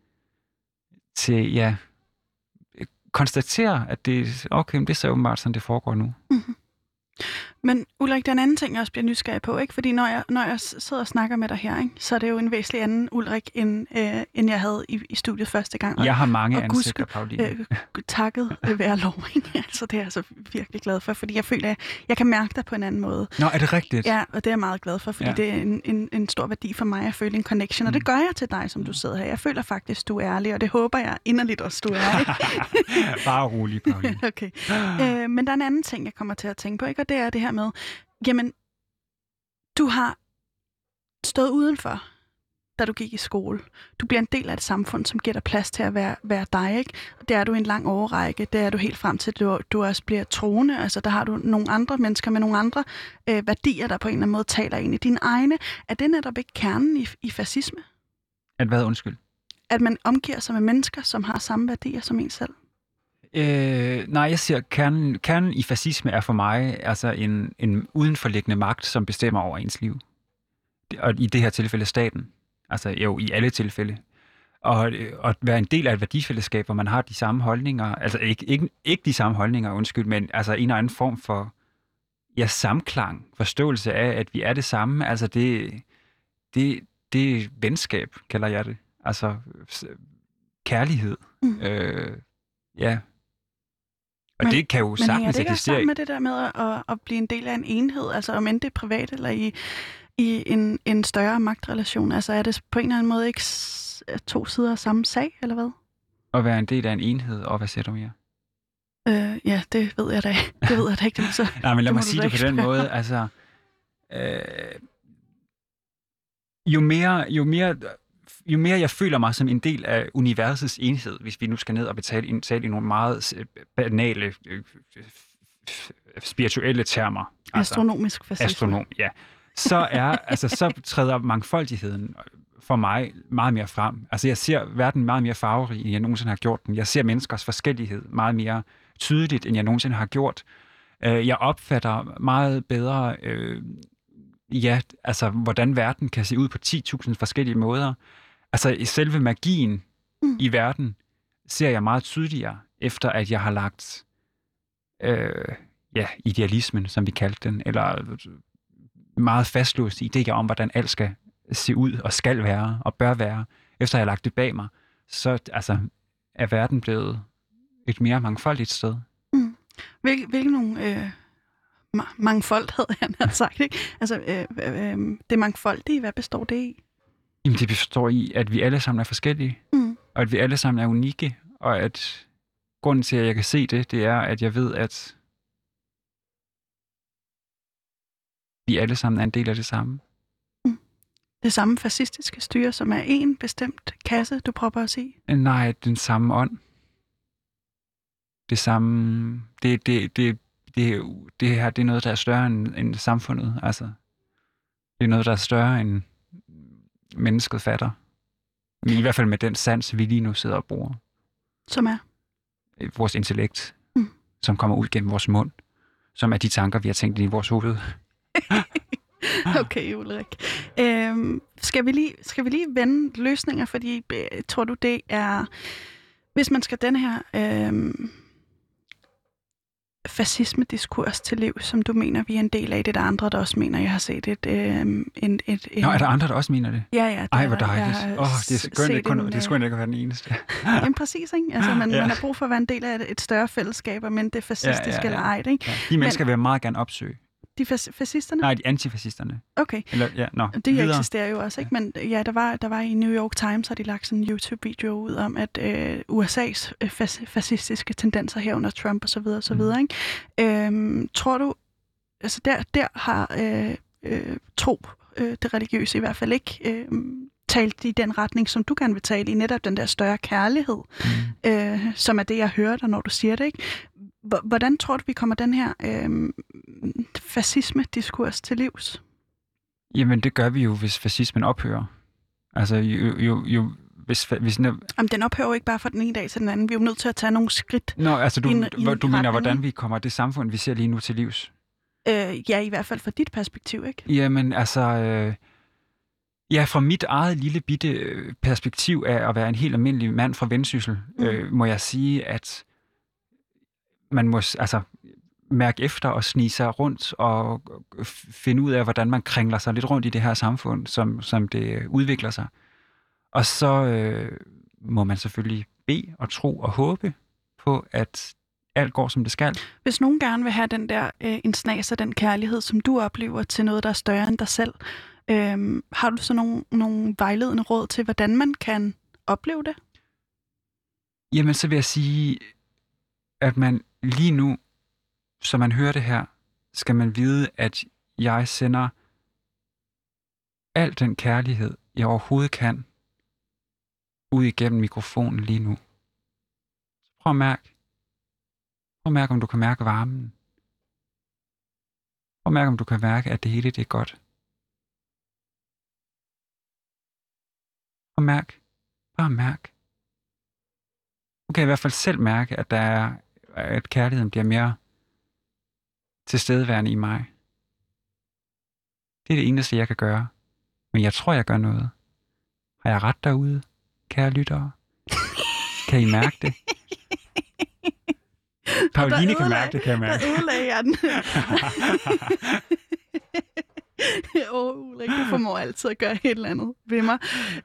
konstatere, at det er så åbenbart, sådan det foregår nu. Mm-hmm. Men Ulrik, der er en anden ting, jeg også bliver nysgerrig på, ikke? Fordi når jeg sidder og snakker med dig her, ikke, så er det jo en væsentlig anden Ulrik, end jeg havde i studiet første gang. Jeg har mange ansigter, Pauline. Takket være lov, ikke? Altså, det er jeg så virkelig glad for, fordi jeg føler, at jeg kan mærke dig på en anden måde. Nå, er det rigtigt? Ja, og det er jeg meget glad for, fordi det er en stor værdi for mig at føle en connection, og det gør jeg til dig, som du sidder her. Jeg føler faktisk, du er ærlig, og det håber jeg inderligt også, du er. Ikke? Bare rolig, Pauline. Okay. Men der er en anden ting, jeg kommer til at tænke på, ikke? Og det er det her med, jamen, du har stået udenfor, da du gik i skole. Du bliver en del af et samfund, som giver dig plads til at være dig, ikke? Og det er du i en lang årrække. Det er du helt frem til, at du også bliver troende. Altså, der har du nogle andre mennesker med nogle andre værdier, der på en eller anden måde taler ind i dine egne. Er det netop ikke kernen i fascisme? At hvad, undskyld? At man omgiver sig med mennesker, som har samme værdier som en selv. Nej, jeg siger, kernen i fascisme er for mig altså en udenforliggende magt, som bestemmer over ens liv. Og i det her tilfælde staten. Altså jo, i alle tilfælde. Og at være en del af et værdifællesskab, hvor man har de samme holdninger, altså ikke de samme holdninger, undskyld, men altså en eller anden form for samklang, forståelse af, at vi er det samme. Altså det er venskab, kalder jeg det. Altså kærlighed. Ja. Og det kan jo sagtens eksistere. Men hænger det ikke sammen med det der med at blive en del af en enhed, altså om end det er privat eller i en større magtrelation? Altså er det på en eller anden måde ikke to sider af samme sag, eller hvad? At være en del af en enhed, og hvad siger du mere? Ja, det ved jeg da ikke. Det ved jeg da ikke. Så, nej, men lad mig sige det på den måde. Altså, jo mere jeg føler mig som en del af universets enhed, hvis vi nu skal ned og tale i nogle meget banale, spirituelle termer. Astronomisk fascisme. Ja. Så træder mangfoldigheden for mig meget mere frem. Altså jeg ser verden meget mere farverig, end jeg nogensinde har gjort den. Jeg ser menneskers forskellighed meget mere tydeligt, end jeg nogensinde har gjort. Jeg opfatter meget bedre, hvordan verden kan se ud på 10.000 forskellige måder. Altså selve magien i verden ser jeg meget tydeligere, efter at jeg har lagt idealismen, som vi kaldte den, eller meget fastlåste idéer om, hvordan alt skal se ud og skal være og bør være. Efter jeg har lagt det bag mig, så er verden blevet et mere mangfoldigt sted. Hvilke nogle mangfoldhed, han har sagt, ikke? Altså, det mangfoldige, hvad består det i? Jamen, det består i, at vi alle sammen er forskellige, og at vi alle sammen er unikke, og at grunden til, at jeg kan se det, det er, at jeg ved, at vi alle sammen er en del af det samme. Det samme fascistiske styre, som er en bestemt kasse, du propper os i? Nej, den samme ånd. Det samme... Det her, det er noget, der er større end samfundet. Altså, det er noget, der er større end mennesket fatter. Men i hvert fald med den sans, vi lige nu sidder og bruger. Som er? Vores intellekt, som kommer ud gennem vores mund, som er de tanker, vi har tænkt i vores hoved. Okay, Ulrik. Skal vi lige vende løsninger, fordi tror du, det er... Hvis man skal den her fascisme-diskurs til liv, som du mener, vi er en del af, det er der andre, der også mener, jeg har set et... Nå, er der andre, der også mener det? Ja. Ej, hvor dejligt. Det skulle ikke være den eneste. Jamen præcis, ikke? Altså, man har brug for at være en del af et større fællesskab, men det fascistiske eller ej, ikke? Ja. De mennesker vil jeg meget gerne opsøge. De fascisterne? Nej, de antifascisterne. Okay. Eller, det videre. Eksisterer jo også, ikke? Men ja, der var i New York Times, har de lagt sådan en YouTube-video ud om, at USA's fascistiske tendenser her under Trump og så videre, ikke? Tror du, altså der har tro, det religiøse i hvert fald ikke, talt i den retning, som du gerne vil tale i, netop den der større kærlighed, som er det, jeg hører dig, når du siger det, ikke? Hvordan tror du, vi kommer den her fascisme-diskurs til livs? Jamen, det gør vi jo, hvis fascismen ophører. Altså, Jamen, den ophører jo ikke bare fra den ene dag til den anden. Vi er jo nødt til at tage nogle skridt. Nå, altså, du mener, hvordan vi kommer det samfund, vi ser lige nu, til livs? Ja, i hvert fald fra dit perspektiv, ikke? Jamen, altså... Ja, fra mit eget lille bitte perspektiv af at være en helt almindelig mand fra Vendsyssel, må jeg sige, at man må mærke efter og snige sig rundt og finde ud af, hvordan man kringler sig lidt rundt i det her samfund, som det udvikler sig. Og så må man selvfølgelig bede og tro og håbe på, at alt går, som det skal. Hvis nogen gerne vil have den der en snas af den kærlighed, som du oplever til noget, der er større end dig selv, har du så nogle vejledende råd til, hvordan man kan opleve det? Jamen, så vil jeg sige, at man lige nu, så man hører det her, skal man vide, at jeg sender al den kærlighed, jeg overhovedet kan, ud igennem mikrofonen lige nu. Prøv at mærke. Prøv at mærke, om du kan mærke varmen. Prøv at mærke, om du kan mærke, at det hele det er godt. Og mærk. Bare mærk. Du kan i hvert fald selv mærke, at kærligheden bliver mere tilstedeværende i mig. Det er det eneste, jeg kan gøre. Men jeg tror, jeg gør noget. Har jeg ret derude, kære lyttere? Kan I mærke det? Pauline kan mærke det, kan jeg mærke. Der ødelagde jeg den. Ulrik, du formår altid at gøre et eller andet ved mig.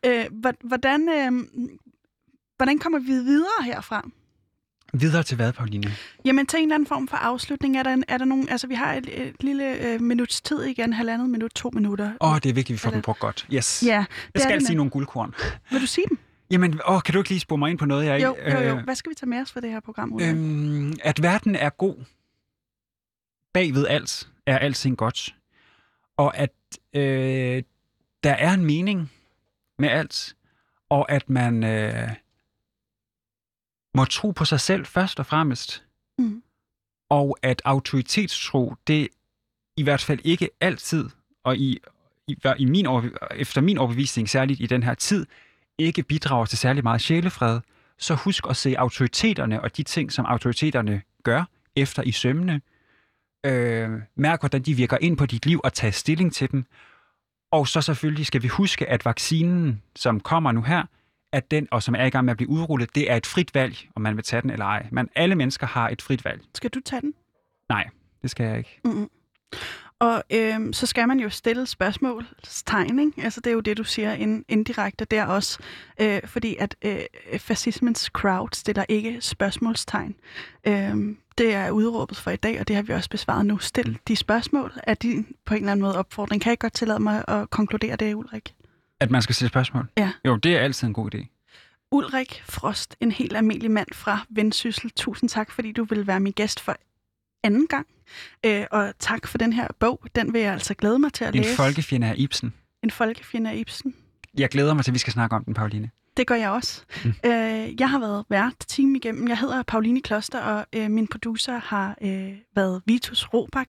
Hvordan kommer vi videre herfra? Videre til hvad, Pauline? Jamen, til en eller anden form for afslutning. Er der nogen... Altså, vi har et lille minuts tid igen. 1,5 minut, 2 minutter. Det er vigtigt, at vi får dem brugt godt. Yes. Ja, jeg skal sige nogle guldkorn. Vil du sige dem? Jamen, kan du ikke lige spore mig ind på noget, jeg ikke... Jo. Hvad skal vi tage med os for det her program? At verden er god. Bagved alt er alting godt. Og at der er en mening med alt. Og at man må tro på sig selv først og fremmest. Og at autoritetstro, det i hvert fald ikke altid, og efter min overbevisning, særligt i den her tid, ikke bidrager til særlig meget sjælefred, så husk at se autoriteterne og de ting, som autoriteterne gør, efter i sømmene. Mærk, hvordan de virker ind på dit liv og tage stilling til dem. Og så selvfølgelig skal vi huske, at vaccinen, som kommer nu her, at den, og som er i gang med at blive udrullet, det er et frit valg, om man vil tage den eller ej. Men alle mennesker har et frit valg. Skal du tage den? Nej, det skal jeg ikke. Og så skal man jo stille spørgsmålstegn, ikke? Altså det er jo det, du siger indirekte der også. Fordi at fascismens crowd stiller ikke spørgsmålstegn. Det er udråbet for i dag, og det har vi også besvaret nu. Stil de spørgsmål. Er din på en eller anden måde opfordring? Kan jeg godt tillade mig at konkludere det, Ulrik? At man skal stille spørgsmål? Ja. Jo, det er altid en god idé. Ulrik Frost, en helt almindelig mand fra Vendsyssel. Tusind tak, fordi du vil være min gæst for anden gang. Og tak for den her bog. Den vil jeg altså glæde mig til at læse. En folkefjende af Ibsen. En folkefjende af Ibsen. Jeg glæder mig til, at vi skal snakke om den, Pauline. Det gør jeg også. Jeg har været vært time igennem. Jeg hedder Pauline Kloster, og min producer har været Vitus Robak.